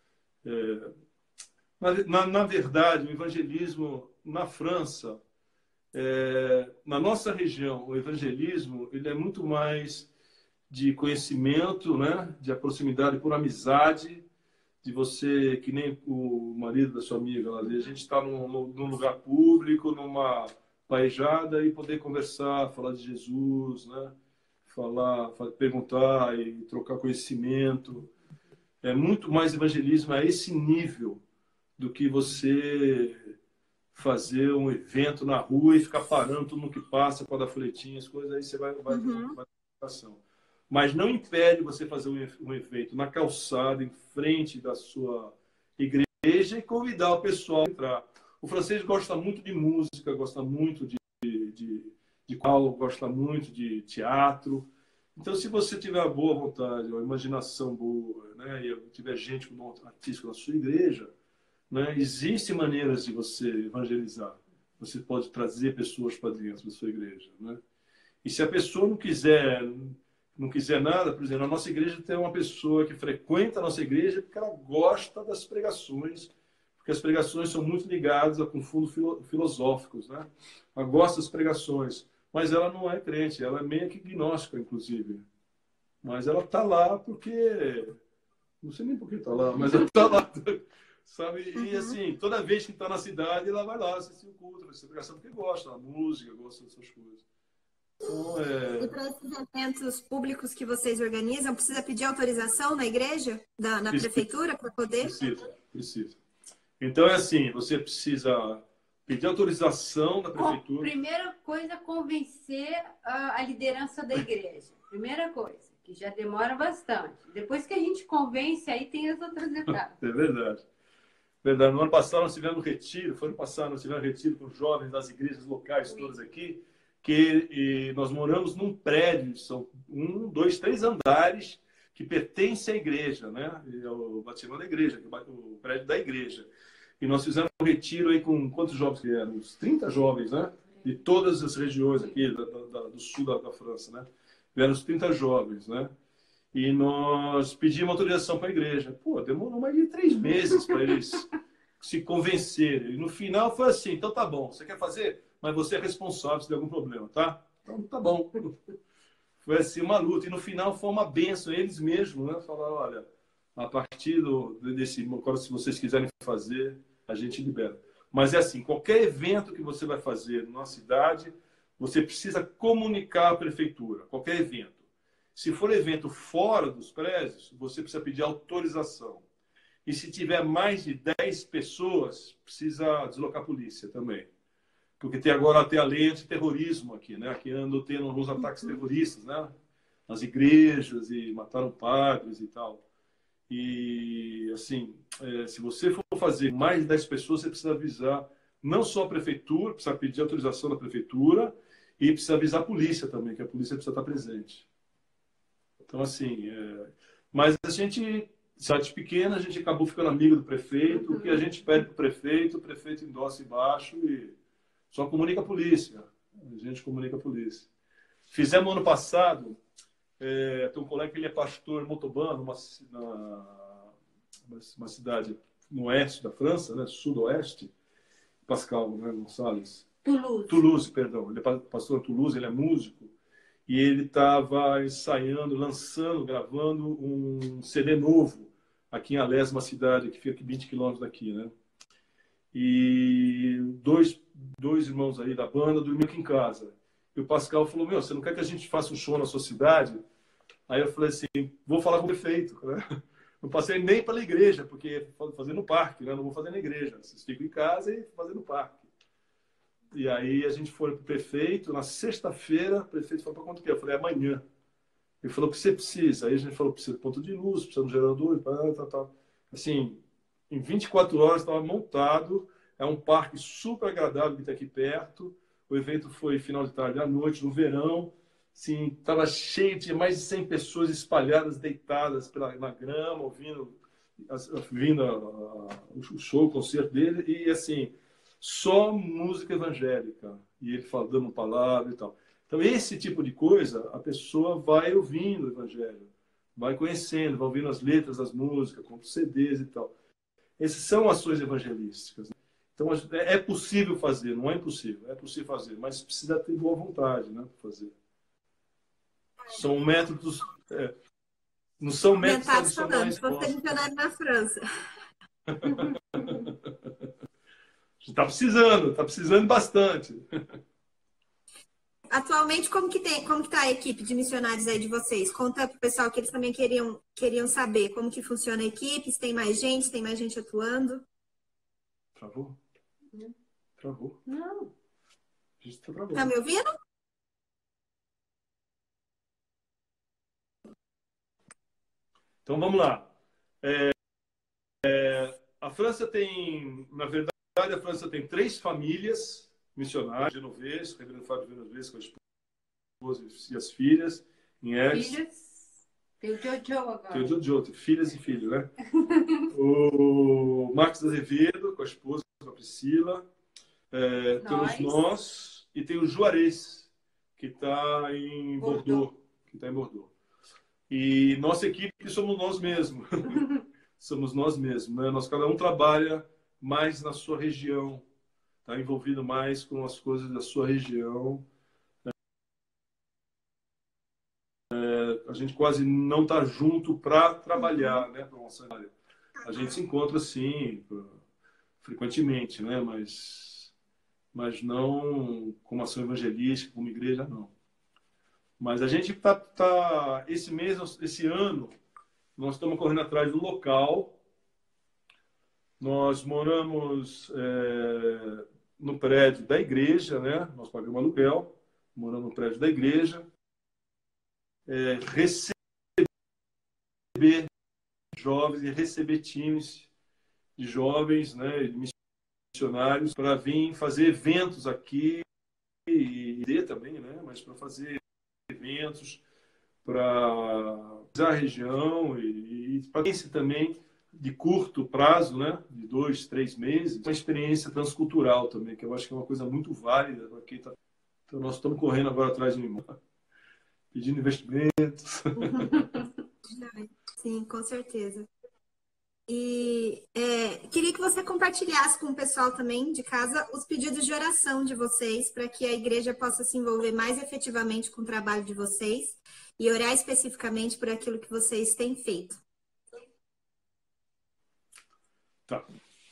Na verdade, o evangelismo na França, na nossa região, o evangelismo ele é muito mais de conhecimento, né? De proximidade por amizade, de você, que nem o marido da sua amiga, a gente está num lugar público, numa paejada e poder conversar, falar de Jesus, né? falar, perguntar e trocar conhecimento. É muito mais evangelismo a esse nível do que você fazer um evento na rua e ficar parando todo mundo que passa para dar folhetinhas, coisas, aí você vai ter educação. Mas não impede você fazer um evento na calçada, em frente da sua igreja e convidar o pessoal a entrar. O francês gosta muito de música, gosta muito de qual, gosta muito de teatro. Então, se você tiver uma boa vontade, uma imaginação boa, né, e tiver gente com dom artístico na sua igreja, né, existem maneiras de você evangelizar. Você pode trazer pessoas para dentro da sua igreja, né? E se a pessoa não quiser nada, por exemplo, a nossa igreja tem uma pessoa que frequenta a nossa igreja porque ela gosta das pregações, porque as pregações são muito ligadas com fundos filosóficos, né? Ela gosta das pregações, mas ela não é crente, ela é meio que gnóstica, inclusive. Mas ela está lá porque... Não sei nem por que está lá, mas ela está lá, sabe? E assim, toda vez que está na cidade, ela vai lá assistir o culto, assistir a pregação, porque gosta da música, gosta dessas coisas. Então, E para esses eventos públicos que vocês organizam, precisa pedir autorização na igreja, na prefeitura, para poder? Precisa. Então, é assim, você precisa pedir autorização da prefeitura. Primeira coisa, convencer a liderança da igreja. Primeira coisa, que já demora bastante. Depois que a gente convence, aí tem as outras etapas. É verdade. Verdade. No ano passado nós tivemos um retiro, com jovens das igrejas locais todas aqui, que nós moramos num prédio, são 1, 2, 3 andares que pertence à igreja, né? O batismo da igreja, o prédio da igreja. E nós fizemos um retiro aí com quantos jovens que eram? Uns 30 jovens, né? De todas as regiões aqui do sul da França, né? Vieram uns 30 jovens, né? E nós pedimos autorização para a igreja. Pô, demorou mais de 3 meses para eles se convencerem. E no final foi assim, então tá bom, você quer fazer? Mas você é responsável se der algum problema, tá? Então tá bom. Foi assim uma luta. E no final foi uma bênção. Eles mesmos, né? Falaram, olha, a partir desse... Agora, se vocês quiserem fazer, a gente libera. Mas é assim, qualquer evento que você vai fazer na cidade, você precisa comunicar à prefeitura. Qualquer evento. Se for evento fora dos prédios, você precisa pedir autorização. E se tiver mais de 10 pessoas, precisa deslocar a polícia também. Porque tem agora até a lei antiterrorismo aqui, né? Aqui andou tendo alguns ataques terroristas, né? Nas igrejas e mataram padres e tal. E, assim, se você for fazer mais de 10 pessoas, você precisa avisar não só a prefeitura, precisa pedir autorização da prefeitura e precisa avisar a polícia também, que a polícia precisa estar presente. Então, assim, mas a gente, cidade pequena, a gente acabou ficando amigo do prefeito, o que a gente pede para o prefeito endossa embaixo e só comunica a polícia. A gente comunica a polícia. Fizemos ano passado, tem um colega que ele é pastor em Montauban, numa cidade no oeste da França, né, sudoeste, Pascal, né, Gonçalves? Toulouse, perdão. Ele é pastor em Toulouse, ele é músico. E ele estava ensaiando, gravando um CD novo aqui em Alès, uma cidade que fica 20 quilômetros daqui, né? E dois irmãos aí da banda dormiam aqui em casa. E o Pascal falou, você não quer que a gente faça um show na sua cidade? Aí eu falei assim, vou falar com o prefeito, né? Não passei nem pela igreja, porque fazer no parque, né? Não vou fazer na igreja. Vocês ficam em casa e fazer no parque. E aí a gente foi para o prefeito, na sexta-feira, o prefeito falou, para quanto que é? Eu falei, amanhã. Ele falou, o que você precisa? Aí a gente falou, precisa de ponto de luz, precisa de um gerador, tal. Assim, em 24 horas estava montado, é um parque super agradável que está aqui perto. O evento foi final de tarde à noite, no verão. Assim, estava cheio de mais de 100 pessoas espalhadas, deitadas na grama, ouvindo o show, o concerto dele. E assim, só música evangélica. E ele dando palavra e tal. Então, esse tipo de coisa, a pessoa vai ouvindo o evangelho, vai conhecendo, vai ouvindo as letras das músicas, compra CDs e tal. Essas são ações evangelísticas. Então, é possível fazer, não é impossível, é possível fazer, mas precisa ter boa vontade, né, para fazer. São métodos... não são métodos tradicionais. Você é missionário na França. Está precisando bastante. atualmente, como que tá a equipe de missionários aí de vocês? Conta pro pessoal que eles também queriam saber como que funciona a equipe, se tem mais gente atuando. Travou? Travou. Não. A gente tá travando. Tá me ouvindo? Então vamos lá. A França tem, na verdade, a França tem 3 famílias missionárias: Genovês, Reverendo Fábio Genovês com a esposa e as filhas, em Aix. Filhas. Tem o Jojo agora. Tem o Jojo, tem filhas e filhos, né? O Marcos Azevedo com a esposa, com a Priscila. Temos nós e tem o Juarez, que está em Bordeaux. E nossa equipe somos nós mesmos. Somos nós mesmos, né? Nós, cada um trabalha mais na sua região, está envolvido mais com as coisas da sua região. A gente quase não está junto para trabalhar, né, para nossa área. A gente se encontra, sim, frequentemente, né, mas não como ação evangelística, como igreja, não. Mas a gente esse ano, nós estamos correndo atrás do local. Nós moramos no prédio da igreja, né? Nós pagamos aluguel, moramos no prédio da igreja. Receber jovens e receber times de jovens, né, missionários, para vir fazer eventos aqui e também, né, mas para fazer eventos para a região e para esse também de curto prazo, né, de 2, 3 meses, uma experiência transcultural também, que eu acho que é uma coisa muito válida para quem está. Então nós estamos correndo agora atrás de um irmão, pedindo investimentos. Sim, com certeza. E queria que você compartilhasse com o pessoal também de casa os pedidos de oração de vocês, para que a igreja possa se envolver mais efetivamente com o trabalho de vocês e orar especificamente por aquilo que vocês têm feito. Tá.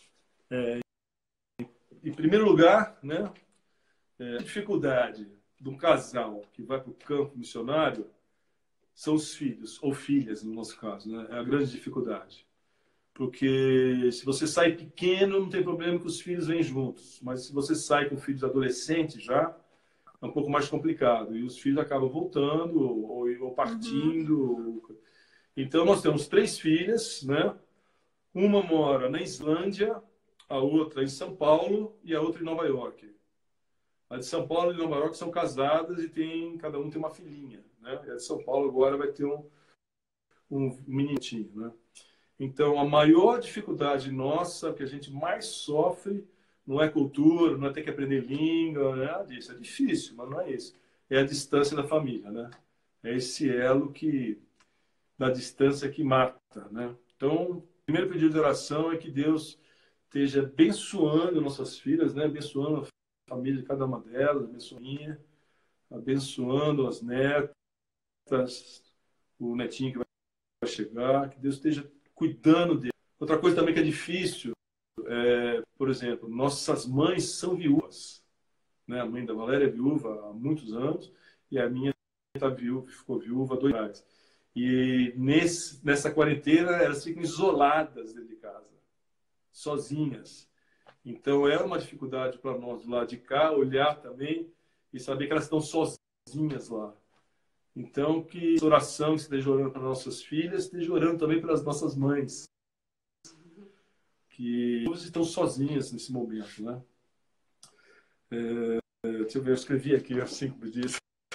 Em primeiro lugar, né, a dificuldade de um casal que vai para o campo missionário são os filhos, ou filhas, no nosso caso, né? É a grande dificuldade. Porque se você sai pequeno, não tem problema que os filhos vêm juntos. Mas se você sai com filhos adolescentes já, é um pouco mais complicado. E os filhos acabam voltando ou partindo. Então, nós temos 3 filhas, né? Uma mora na Islândia, a outra em São Paulo e a outra em Nova York. A de São Paulo e de Nova York são casadas e cada um tem uma filhinha, né? E a de São Paulo agora vai ter um menininho, né? Então, a maior dificuldade nossa, que a gente mais sofre, não é cultura, não é ter que aprender língua, não é nada disso. É difícil, mas não é isso. É a distância da família, né? É esse elo da distância que mata, né? Então, o primeiro pedido de oração é que Deus esteja abençoando nossas filhas, né? Abençoando a família de cada uma delas, abençoando as netas, o netinho que vai chegar, que Deus esteja cuidando dele. Outra coisa também que é difícil, por exemplo, nossas mães são viúvas, né? A mãe da Valéria é viúva há muitos anos e a minha ficou viúva há 2 anos. E nessa quarentena elas ficam isoladas dentro de casa, sozinhas. Então é uma dificuldade para nós do lado de cá olhar também e saber que elas estão sozinhas lá. Então, que essa oração esteja orando para nossas filhas, esteja orando também para as nossas mães, que estão sozinhas nesse momento, né? Deixa eu ver, eu escrevi aqui assim como diz.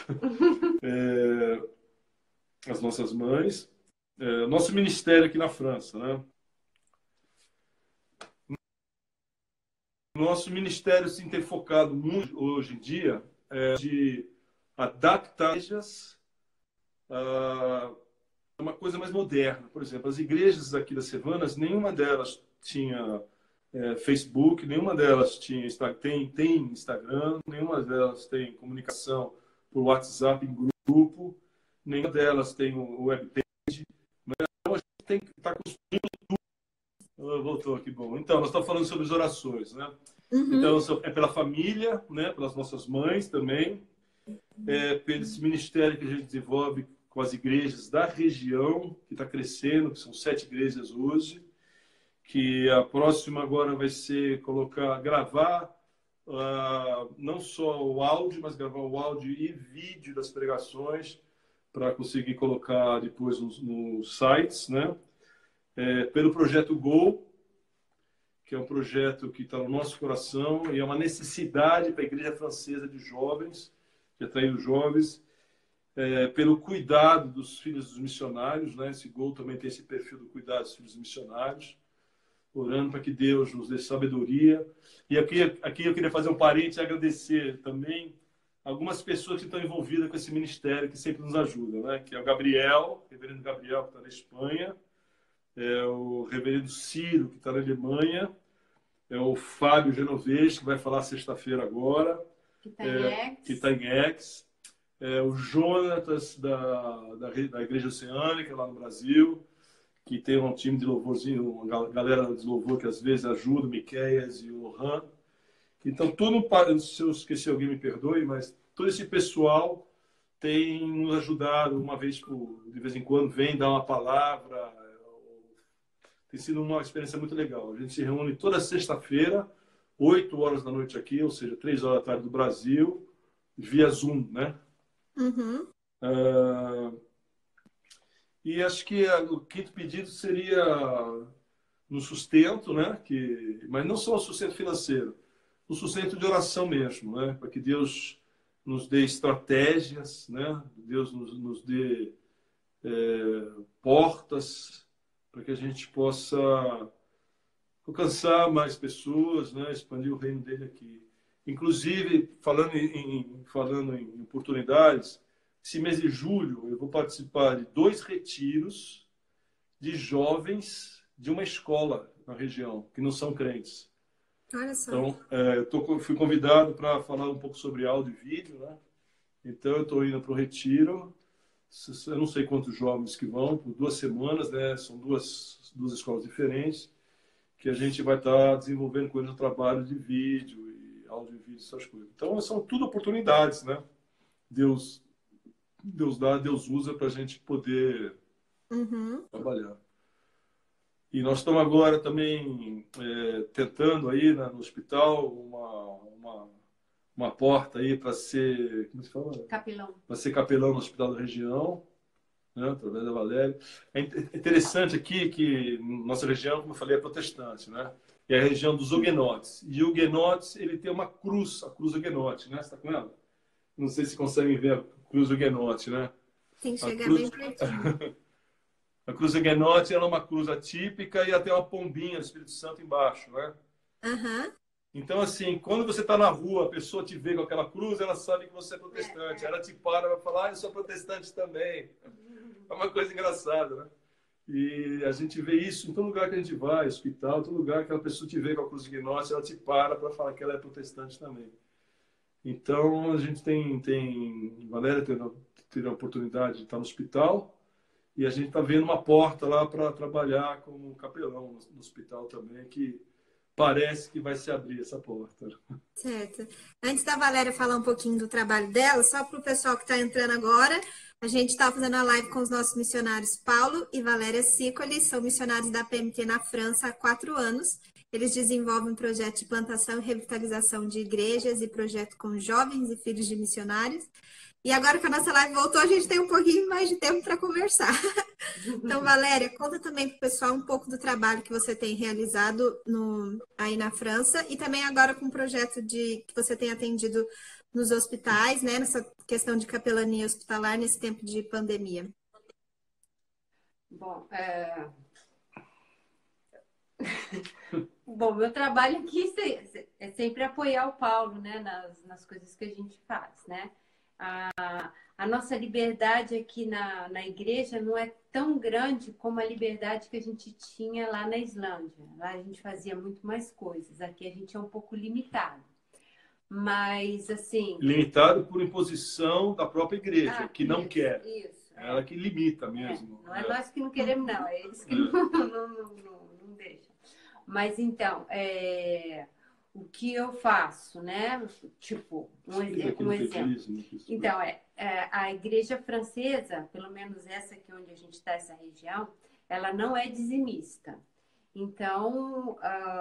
As nossas mães. Nosso ministério aqui na França, né? Nosso ministério se tem focado muito hoje em dia de adaptar uma coisa mais moderna. Por exemplo, as igrejas aqui das Cevanas, nenhuma delas tinha Facebook, nenhuma delas tem Instagram, nenhuma delas tem comunicação por WhatsApp em grupo, nenhuma delas tem o webpage. Então, a gente tem que estar construindo tudo. Voltou aqui, bom. Então, nós estamos falando sobre as orações, né? Então, é pela família, né? Pelas nossas mães também. pelo esse ministério que a gente desenvolve com as igrejas da região, que está crescendo, que são 7 igrejas hoje, que a próxima agora vai ser gravar não só o áudio, mas gravar o áudio e vídeo das pregações para conseguir colocar depois nos sites, né? Pelo projeto Go, que é um projeto que está no nosso coração e é uma necessidade para a Igreja Francesa de Jovens, de atrair os jovens, pelo cuidado dos filhos dos missionários, né? Esse Go também tem esse perfil do cuidado dos filhos dos missionários, orando para que Deus nos dê sabedoria. E aqui eu queria fazer um parênteses e agradecer também algumas pessoas que estão envolvidas com esse ministério, que sempre nos ajudam, né? Que é o Gabriel, o reverendo Gabriel, que está na Espanha, o reverendo Ciro, que está na Alemanha, o Fábio Genovese, que vai falar sexta-feira agora, que está em Aix, o Jonatas, da Igreja Oceânica, lá no Brasil, que tem um time de louvorzinho, uma galera de louvor que às vezes ajuda, o Miqueias e o Lohan. Então, se eu esqueci alguém, me perdoe, mas todo esse pessoal tem nos ajudado, de vez em quando, vem dar uma palavra. Tem sido uma experiência muito legal. A gente se reúne toda sexta-feira, 8 horas da noite aqui, ou seja, 3 horas da tarde do Brasil, via Zoom, né? Uhum. E acho que o quinto pedido seria no sustento, né? Mas não só o sustento financeiro, o sustento de oração mesmo, né? Para que Deus nos dê estratégias, né? Deus nos dê portas para que a gente possa alcançar mais pessoas, né? Expandir o reino dele aqui. Inclusive, falando em oportunidades, esse mês de julho eu vou participar de 2 retiros de jovens de uma escola na região, que não são crentes. Olha só. Então, fui convidado para falar um pouco sobre áudio e vídeo, né? Então, eu estou indo para o retiro. Eu não sei quantos jovens que vão, por 2 semanas, né? São duas escolas diferentes, que a gente vai estar desenvolvendo com eles o trabalho de vídeo e áudio e vídeo, essas coisas. Então, são tudo oportunidades, né? Deus dá, Deus usa para a gente poder trabalhar. E nós estamos agora também tentando aí, né, no hospital uma porta aí para ser, como se fala? Capelão. Para ser capelão no hospital da região, né, através da Valéria. É interessante aqui que nossa região, como eu falei, é protestante, né? É a região dos huguenotes. E o huguenotes, ele tem uma cruz, a cruz huguenote, né? Você está com ela? Não sei se conseguem ver a cruz huguenote, né? Tem que chegar bem pertinho. A cruz huguenote, ela é uma cruz atípica e até uma pombinha do Espírito Santo embaixo, né? Uhum. Então, assim, quando você está na rua, a pessoa te vê com aquela cruz, ela sabe que você é protestante. Ela te para e vai falar, eu sou protestante também. É uma coisa engraçada, né? E a gente vê isso em todo lugar que a gente vai, hospital, todo lugar que a pessoa te vê com a cruz huguenote, ela te para falar que ela é protestante também. Então, a gente Valéria teve a oportunidade de estar no hospital e a gente está vendo uma porta lá para trabalhar como capelão no hospital também, que parece que vai se abrir essa porta. Certo. Antes da Valéria falar um pouquinho do trabalho dela, só para o pessoal que está entrando agora, a gente está fazendo a live com os nossos missionários Paulo e Valéria Sicoli, são missionários da PMT na França há 4 anos. Eles desenvolvem um projeto de plantação e revitalização de igrejas e projeto com jovens e filhos de missionários. E agora que a nossa live voltou, a gente tem um pouquinho mais de tempo para conversar. Então, Valéria, conta também para o pessoal um pouco do trabalho que você tem realizado aí na França e também agora com o projeto que você tem atendido nos hospitais, né? Nessa questão de capelania hospitalar nesse tempo de pandemia. Bom, Bom, meu trabalho aqui é sempre apoiar o Paulo, né, nas coisas que a gente faz, né? A nossa liberdade aqui na igreja não é tão grande como a liberdade que a gente tinha lá na Islândia. Lá a gente fazia muito mais coisas. Aqui a gente é um pouco limitado. Mas, assim... Limitado por imposição da própria igreja, que não quer. Isso. Ela que limita mesmo. Não é nós que não queremos, não. É eles que não deixam. Mas, então, o que eu faço, né? Tipo, um exemplo. Então, a igreja francesa, pelo menos essa aqui onde a gente está, essa região, ela não é dizimista. Então,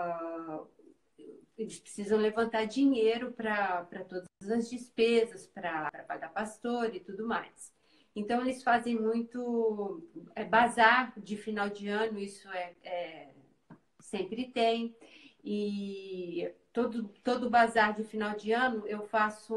eles precisam levantar dinheiro para todas as despesas, para pagar pastor e tudo mais. Então, eles fazem muito bazar de final de ano, isso sempre tem. E todo bazar de final de ano eu faço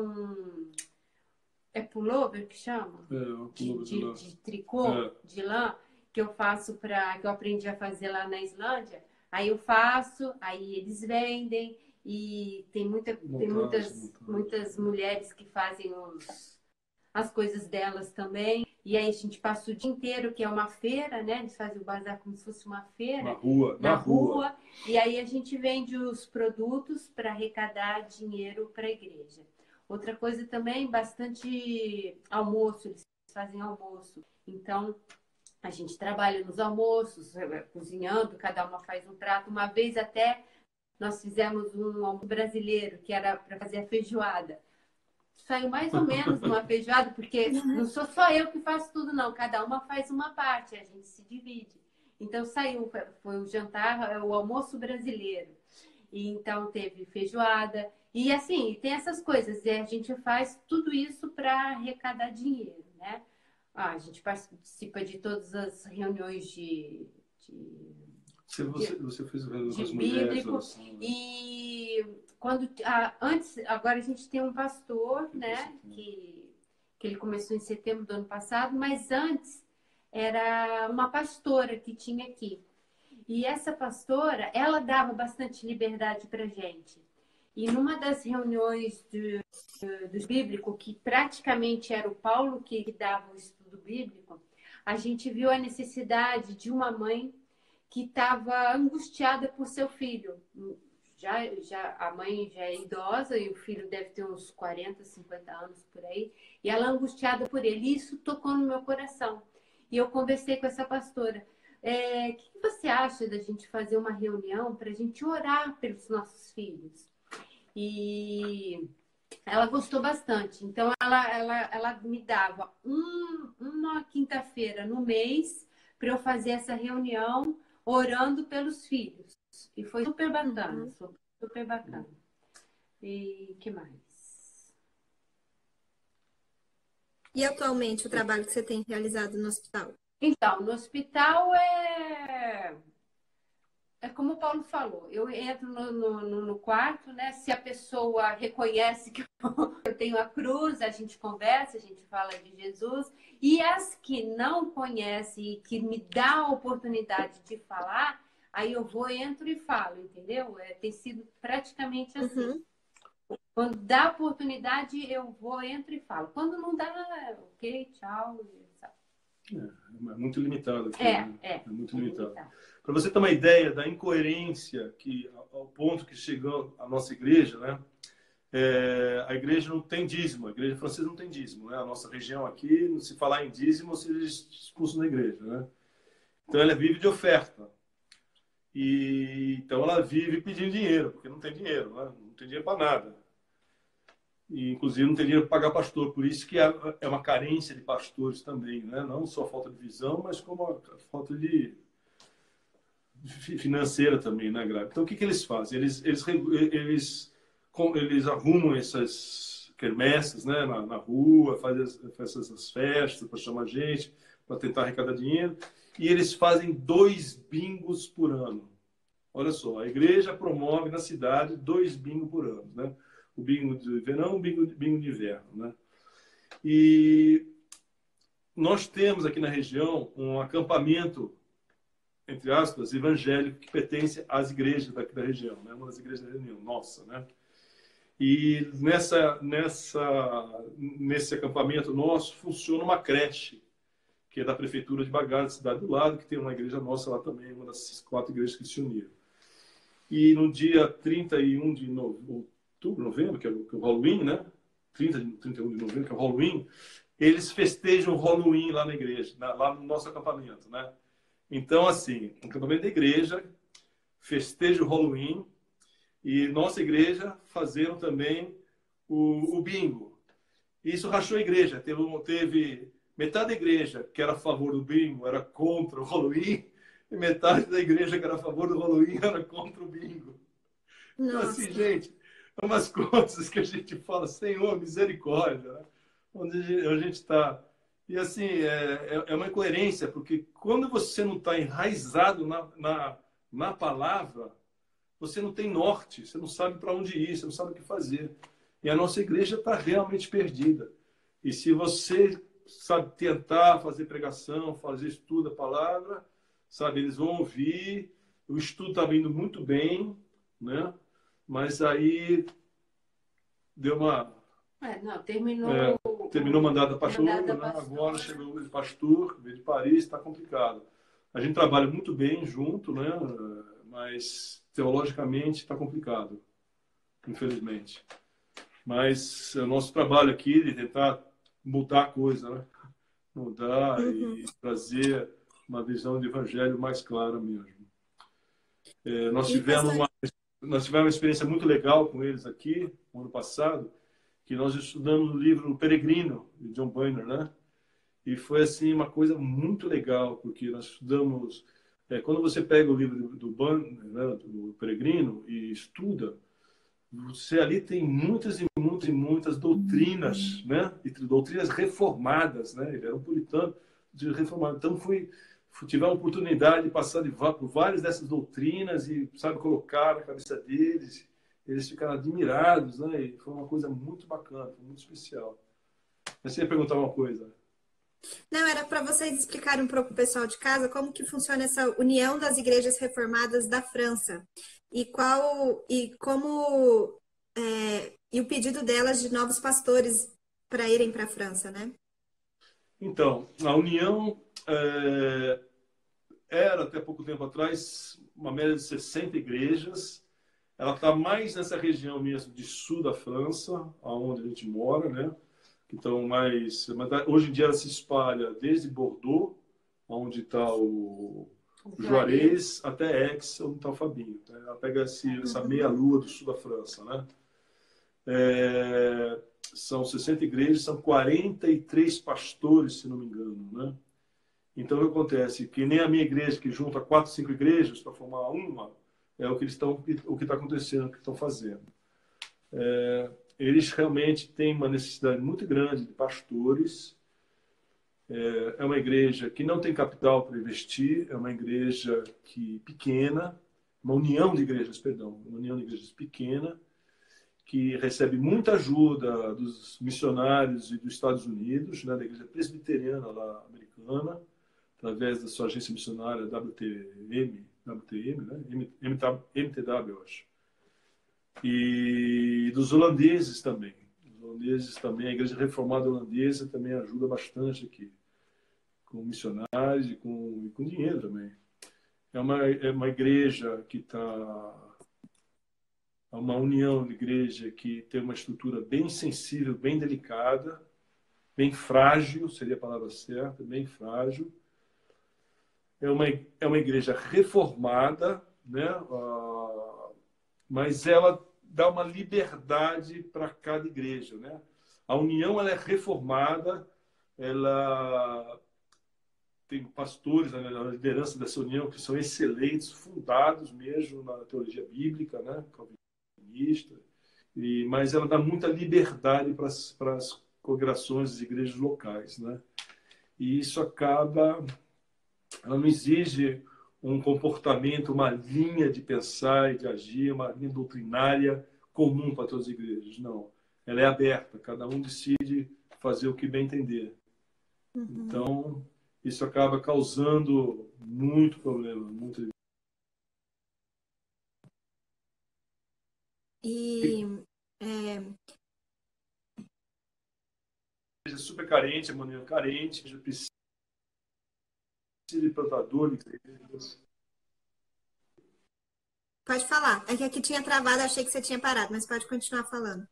pullover que chama? De tricô, de lã, que eu faço que eu aprendi a fazer lá na Islândia. Aí eu faço, aí eles vendem e tem muitas mulheres que fazem as coisas delas também. E aí a gente passa o dia inteiro, que é uma feira, né? Eles fazem o bazar como se fosse uma feira. Na rua. E aí a gente vende os produtos para arrecadar dinheiro para a igreja. Outra coisa também, bastante almoço. Eles fazem almoço. Então, a gente trabalha nos almoços, cozinhando, cada uma faz um prato. Uma vez até nós fizemos um almoço brasileiro, que era para fazer a feijoada. Saiu mais ou menos uma feijoada, porque não sou só eu que faço tudo, não. Cada uma faz uma parte, a gente se divide. Então foi o jantar, o almoço brasileiro. E então teve feijoada. E assim, tem essas coisas. E a gente faz tudo isso para arrecadar dinheiro, né? A gente participa de todas as reuniões Você fez reuniões com as bíblico, mulheres. E agora a gente tem um pastor, né? Que ele começou em setembro do ano passado, mas antes era uma pastora que tinha aqui. E essa pastora, ela dava bastante liberdade para gente. E numa das reuniões do bíblico, que praticamente era o Paulo que dava o estudo bíblico, a gente viu a necessidade de uma mãe que estava angustiada por seu filho. A mãe já é idosa e o filho deve ter uns 40, 50 anos por aí. E ela angustiada por ele. E isso tocou no meu coração. E eu conversei com essa pastora. O que você acha da gente fazer uma reunião para a gente orar pelos nossos filhos? E ela gostou bastante. Então, ela me dava uma quinta-feira no mês para eu fazer essa reunião orando pelos filhos. E foi super bacana, super bacana. E que mais? E atualmente o trabalho que você tem realizado no hospital? Então, no hospital é como o Paulo falou, eu entro no quarto, né? Se a pessoa reconhece que eu tenho a cruz, a gente conversa, a gente fala de Jesus. E as que não conhecem e que me dá a oportunidade de falar, aí eu entro e falo, entendeu? Tem sido praticamente assim. Quando dá oportunidade, eu entro e falo. Quando não dá, ok, tchau. É muito limitado aqui. É muito limitado. Para você ter uma ideia da incoerência ao ponto que chegou a nossa igreja, né? A igreja não tem dízimo, a igreja francesa não tem dízimo, né? A nossa região aqui, se falar em dízimo, você é expulso da igreja, né? Então ela vive de oferta. Então ela vive pedindo dinheiro, porque não tem dinheiro, né? Não tem dinheiro para nada. E inclusive não tem dinheiro para pagar pastor, por isso que é uma carência de pastores também, né? Não só a falta de visão, mas como a falta de financeira também, né, Graça? Então o que eles fazem? Eles arrumam essas quermesses, né, na rua, fazem essas festas para chamar gente, para tentar arrecadar dinheiro, e eles fazem 2 bingos por ano. Olha só, a igreja promove na cidade 2 bingos por ano, né? O bingo de verão, o bingo de inverno, né? E nós temos aqui na região um acampamento, entre aspas, evangélico, que pertence às igrejas daqui da região, né? Uma das igrejas da região, nossa, né? E nesse acampamento nosso funciona uma creche, que é da prefeitura de Bagá, da cidade do lado, que tem uma igreja nossa lá também, uma das 4 igrejas que se uniram. E no dia 31 de novembro, que é o Halloween, né? 31 de novembro, que é o Halloween, eles festejam o Halloween lá na igreja, lá no nosso acampamento, né? Então, assim, o acampamento da igreja festeja o Halloween e nossa igreja fazendo também o bingo. Isso rachou a igreja. Teve metade da igreja que era a favor do bingo, era contra o Halloween, e metade da igreja que era a favor do Halloween era contra o bingo. Então, assim, Nossa. gente, é umas coisas que a gente fala, Senhor, misericórdia, né? Onde a gente está. E, assim, é uma incoerência, porque quando você não está enraizado na palavra, você não tem norte, você não sabe para onde ir, você não sabe o que fazer. E a nossa igreja está realmente perdida. E se você sabe tentar fazer pregação, fazer estudo da palavra, sabe, eles vão ouvir, o estudo está vindo muito bem, né? Mas aí deu uma... Não, terminou terminou o mandato da pastora, mandato da né? pastora. Agora chegou o pastor, veio de Paris, está complicado. A gente trabalha muito bem junto, né? Mas teologicamente está complicado, infelizmente. Mas é o nosso trabalho aqui de tentar mudar a coisa, né? Mudar Uhum. e trazer uma visão de evangelho mais clara mesmo. Nós E, tivemos pastor, uma experiência muito legal com eles aqui, no ano passado, que nós estudamos o livro O Peregrino, de John Bunyan, né? E foi, assim, uma coisa muito legal, porque nós estudamos... quando você pega o livro do Bunyan, né, do Peregrino, e estuda, você ali tem muitas e muitas e muitas doutrinas, né? E doutrinas reformadas, né? Ele era um puritano reformado. Então, tive a oportunidade de passar por várias dessas doutrinas e, sabe, colocar na cabeça deles. Eles ficaram admirados, né? E foi uma coisa muito bacana, muito especial. Mas você ia perguntar uma coisa. não, era para vocês explicarem um pouco para o pessoal de casa como que funciona essa união das igrejas reformadas da França e o pedido delas de novos pastores para irem para a França, né? Então, a União era, até pouco tempo atrás, uma média de 60 igrejas. Ela está mais nessa região mesmo de sul da França, onde a gente mora, né? Então, hoje em dia ela se espalha desde Bordeaux, onde está o Juarez, até Aix, onde está o Fabinho. Né? Ela pega essa meia-lua do sul da França, né? São 60 igrejas, são 43 pastores, se não me engano, né? Então, o que acontece? Que nem a minha igreja, que junta 4, 5 igrejas para formar uma, é o que está acontecendo, o que estão fazendo. Eles realmente têm uma necessidade muito grande de pastores. É uma igreja que não tem capital para investir, é uma igreja pequena, uma união de igrejas, perdão, uma união de igrejas pequena, que recebe muita ajuda dos missionários e dos Estados Unidos, né, da igreja presbiteriana lá americana, através da sua agência missionária WTM, né? MTW, eu acho. E dos holandeses também. Os holandeses também, a igreja reformada holandesa também ajuda bastante aqui, com missionários e com dinheiro também. É uma igreja que está... É uma união de igreja que tem uma estrutura bem sensível, bem delicada, bem frágil, seria a palavra certa, bem frágil. É uma igreja reformada, né? Mas ela dá uma liberdade para cada igreja, né? A união ela é reformada, ela tem pastores na liderança dessa união que são excelentes, fundados mesmo na teologia bíblica, né? Calvinista, mas ela dá muita liberdade para as congregações das igrejas locais, né? E isso acaba... Ela não exige um comportamento, uma linha de pensar e de agir, uma linha doutrinária comum para todas as igrejas. Não. Ela é aberta, cada um decide fazer o que bem entender. Uhum. Então, isso acaba causando muito problema. É super carente, é maneira carente, já precisa de plantadores. Pode falar. É que aqui tinha travado, achei que você tinha parado, mas pode continuar falando.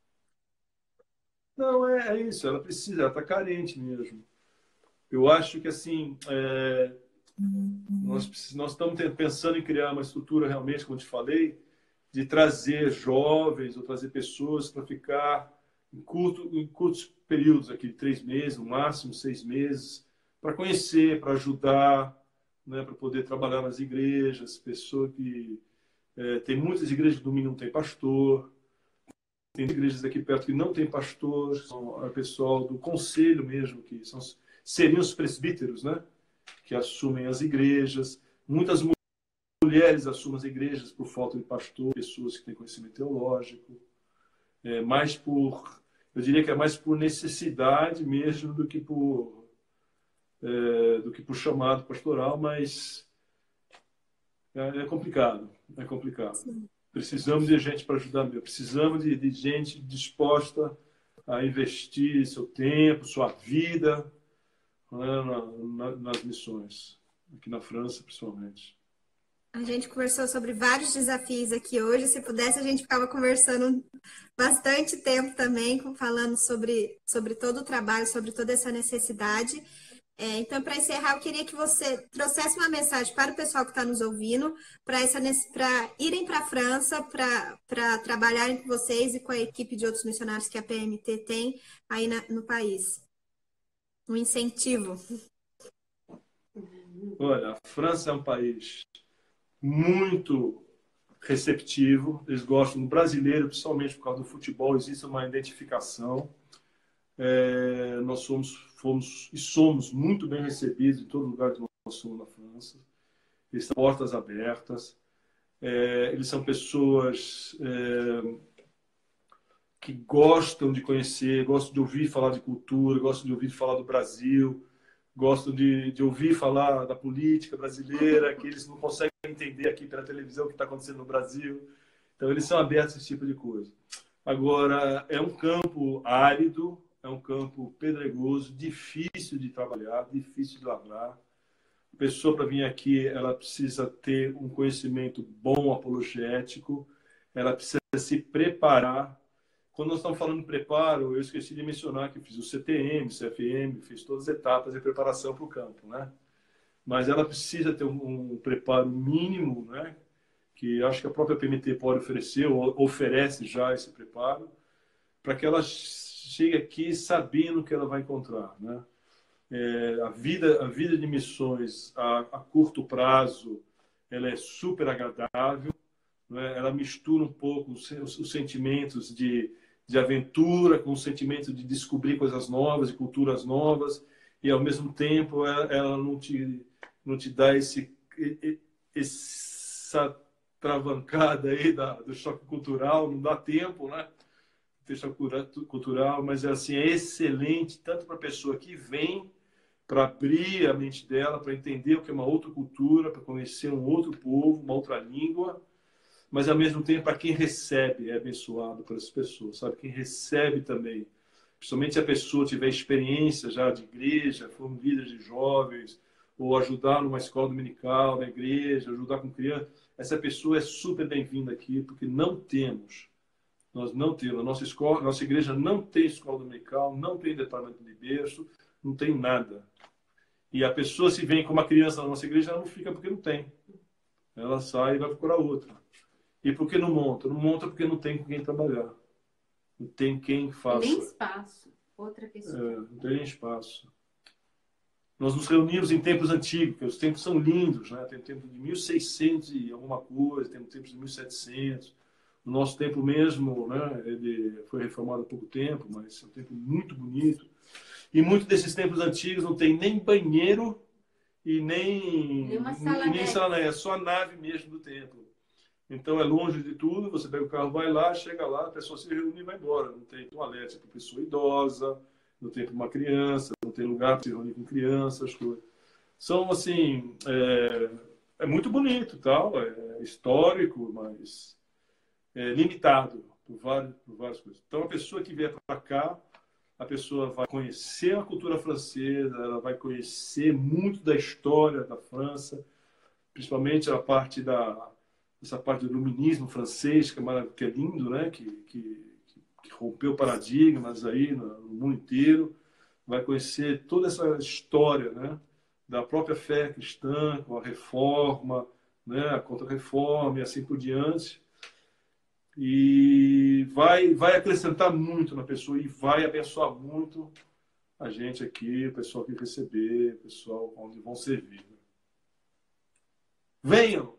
Não, é isso, ela está carente mesmo. Eu acho que, assim, nós estamos pensando em criar uma estrutura realmente, como eu te falei, de trazer jovens ou trazer pessoas para ficar em curtos períodos, aqui de 3 meses, no máximo 6 meses, para conhecer, para ajudar, né, para poder trabalhar nas igrejas. Pessoa que tem muitas igrejas que no domingo não tem pastor, tem igrejas aqui perto que não tem pastor, são o pessoal do conselho mesmo, que seriam os presbíteros, né, que assumem as igrejas. Muitas mulheres assumem as igrejas por falta de pastor, pessoas que têm conhecimento teológico. Eu diria que é mais por necessidade mesmo do que por chamado pastoral, mas é complicado, é complicado. Sim. Precisamos de gente para ajudar mesmo. Precisamos de gente disposta a investir seu tempo, sua vida, né, nas missões, aqui na França, principalmente. A gente conversou sobre vários desafios aqui hoje. Se pudesse, a gente ficava conversando bastante tempo também, falando sobre todo o trabalho, sobre toda essa necessidade. Então, para encerrar, eu queria que você trouxesse uma mensagem para o pessoal que está nos ouvindo, para irem para a França, para trabalharem com vocês e com a equipe de outros missionários que a PMT tem aí no país. Um incentivo. Olha, a França é um país muito receptivo. Eles gostam do brasileiro, principalmente por causa do futebol. Existe uma identificação. Nós fomos e somos muito bem recebidos em todo lugar que nós somos na França. Eles têm portas abertas. Eles são pessoas que gostam de conhecer, gostam de ouvir falar de cultura, gostam de ouvir falar do Brasil, gostam de ouvir falar da política brasileira, que eles não conseguem entender aqui pela televisão o que está acontecendo no Brasil. Então, eles são abertos a esse tipo de coisa. Agora, é um campo árido, é um campo pedregoso, difícil de trabalhar, difícil de lavrar. A pessoa, para vir aqui, ela precisa ter um conhecimento bom, apologético, ela precisa se preparar. Quando nós estamos falando de preparo, eu esqueci de mencionar que eu fiz o CTM, CFM, fiz todas as etapas de preparação para o campo, né? Mas ela precisa ter um preparo mínimo, né? Que acho que a própria PMT pode oferecer, ou oferece já esse preparo, para que ela chegue aqui sabendo o que ela vai encontrar, né? A vida de missões a curto prazo, ela é super agradável, né? Ela mistura um pouco os sentimentos de aventura com os sentimentos de descobrir coisas novas, de culturas novas, e ao mesmo tempo ela não te dá essa travancada aí do choque cultural, não dá tempo, né? Ter choque cultural, mas assim, é excelente tanto para a pessoa que vem para abrir a mente dela, para entender o que é uma outra cultura, para conhecer um outro povo, uma outra língua, mas ao mesmo tempo para quem recebe é abençoado por essas pessoas, sabe? Quem recebe também, principalmente se a pessoa tiver experiência já de igreja, for um líder de jovens, ou ajudar numa escola dominical, na igreja, ajudar com criança, essa pessoa é super bem-vinda aqui, porque nós não temos, nossa igreja não tem escola dominical, não tem departamento de berço, não tem nada. E a pessoa, se vem com uma criança na nossa igreja, ela não fica porque não tem. Ela sai e vai procurar outra. E por que não monta? Não monta porque não tem com quem trabalhar. Não tem quem faça. Nem espaço. Outra questão. Não tem nem espaço. Nós nos reunimos em tempos antigos, porque os tempos são lindos, né? Tem tempo de 1600 e alguma coisa, tem tempos de 1700. O nosso tempo mesmo, né? Ele foi reformado há pouco tempo, mas é um tempo muito bonito. E muitos desses templos antigos não tem nem banheiro e nem sala, é só a nave mesmo do templo. Então é longe de tudo, você pega o carro, vai lá, chega lá, a pessoa se reúne e vai embora. Não tem toalete para pessoa idosa, não tem para uma criança, não tem lugar para se reunir com crianças. Coisas. São assim, é muito bonito, tal, é histórico, mas é limitado por várias coisas. Então a pessoa que vier para cá, a pessoa vai conhecer a cultura francesa, ela vai conhecer muito da história da França, principalmente essa parte do iluminismo francês, que é lindo, né? Que rompeu paradigmas aí no mundo inteiro. Vai conhecer toda essa história, né? Da própria fé cristã, com a reforma, né? A contra-reforma e assim por diante. e vai acrescentar muito na pessoa e vai abençoar muito a gente aqui, o pessoal que receber, o pessoal onde vão servir. Venham!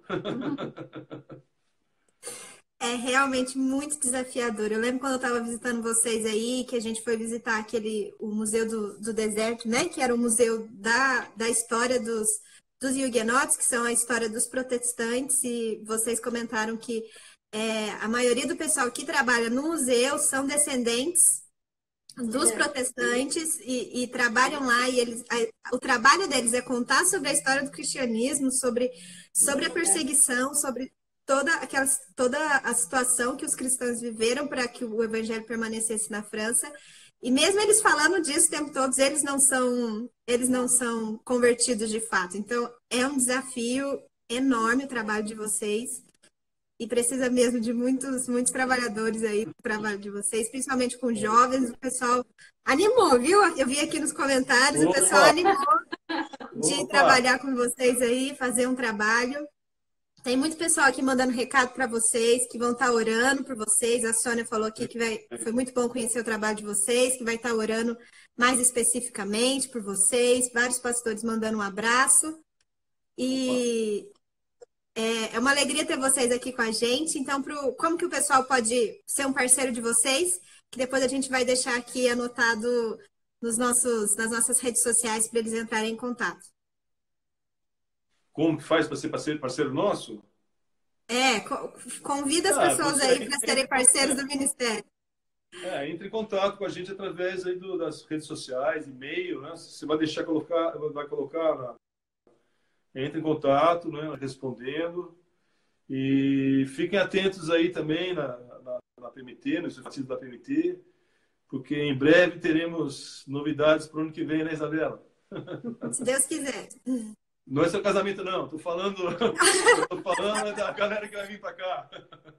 É realmente muito desafiador. Eu lembro quando eu estava visitando vocês aí, que a gente foi visitar o Museu do Deserto, né? Que era o museu da história dos Huguenots, que são a história dos protestantes, e vocês comentaram que a maioria do pessoal que trabalha no museu são descendentes dos protestantes e trabalham lá, e o trabalho deles é contar sobre a história do cristianismo, sobre a perseguição, sobre toda a situação que os cristãos viveram para que o evangelho permanecesse na França. E mesmo eles falando disso o tempo todo, eles não são convertidos de fato. Então, é um desafio enorme o trabalho de vocês. E precisa mesmo de muitos trabalhadores aí do trabalho de vocês, principalmente com jovens. O pessoal animou, viu? Eu vi aqui nos comentários, o pessoal animou de trabalhar com vocês aí, fazer um trabalho. Tem muito pessoal aqui mandando recado para vocês, que vão estar orando por vocês. A Sônia falou aqui que foi muito bom conhecer o trabalho de vocês, que vai estar orando mais especificamente por vocês. Vários pastores mandando um abraço. E é uma alegria ter vocês aqui com a gente. Então, como que o pessoal pode ser um parceiro de vocês? Que depois a gente vai deixar aqui anotado nas nossas redes sociais para eles entrarem em contato. Como que faz para ser parceiro nosso? Convida as pessoas aí para serem parceiros do Ministério. Entre em contato com a gente através aí das redes sociais, e-mail, né? Você vai colocar, entre em contato, né? Respondendo. E fiquem atentos aí também na PMT, nos partidos da PMT, porque em breve teremos novidades para o ano que vem, né, Isabela? Se Deus quiser. Não é seu casamento, não. Estou falando da galera que vai vir para cá.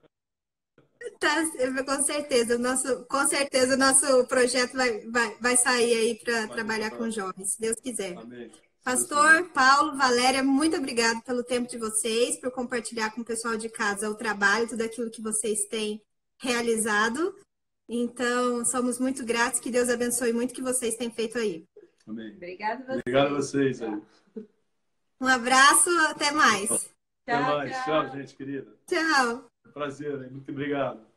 Tá, com certeza. O nosso projeto vai sair aí para trabalhar com jovens, se Deus quiser. Amém. Pastor Paulo, Valéria, muito obrigado pelo tempo de vocês, por compartilhar com o pessoal de casa o trabalho, tudo aquilo que vocês têm realizado. Então, somos muito gratos. Que Deus abençoe muito o que vocês têm feito aí. Amém. Obrigado a vocês aí. Um abraço, até mais. Até mais. Tchau, gente querida. Tchau. Prazer, muito obrigado.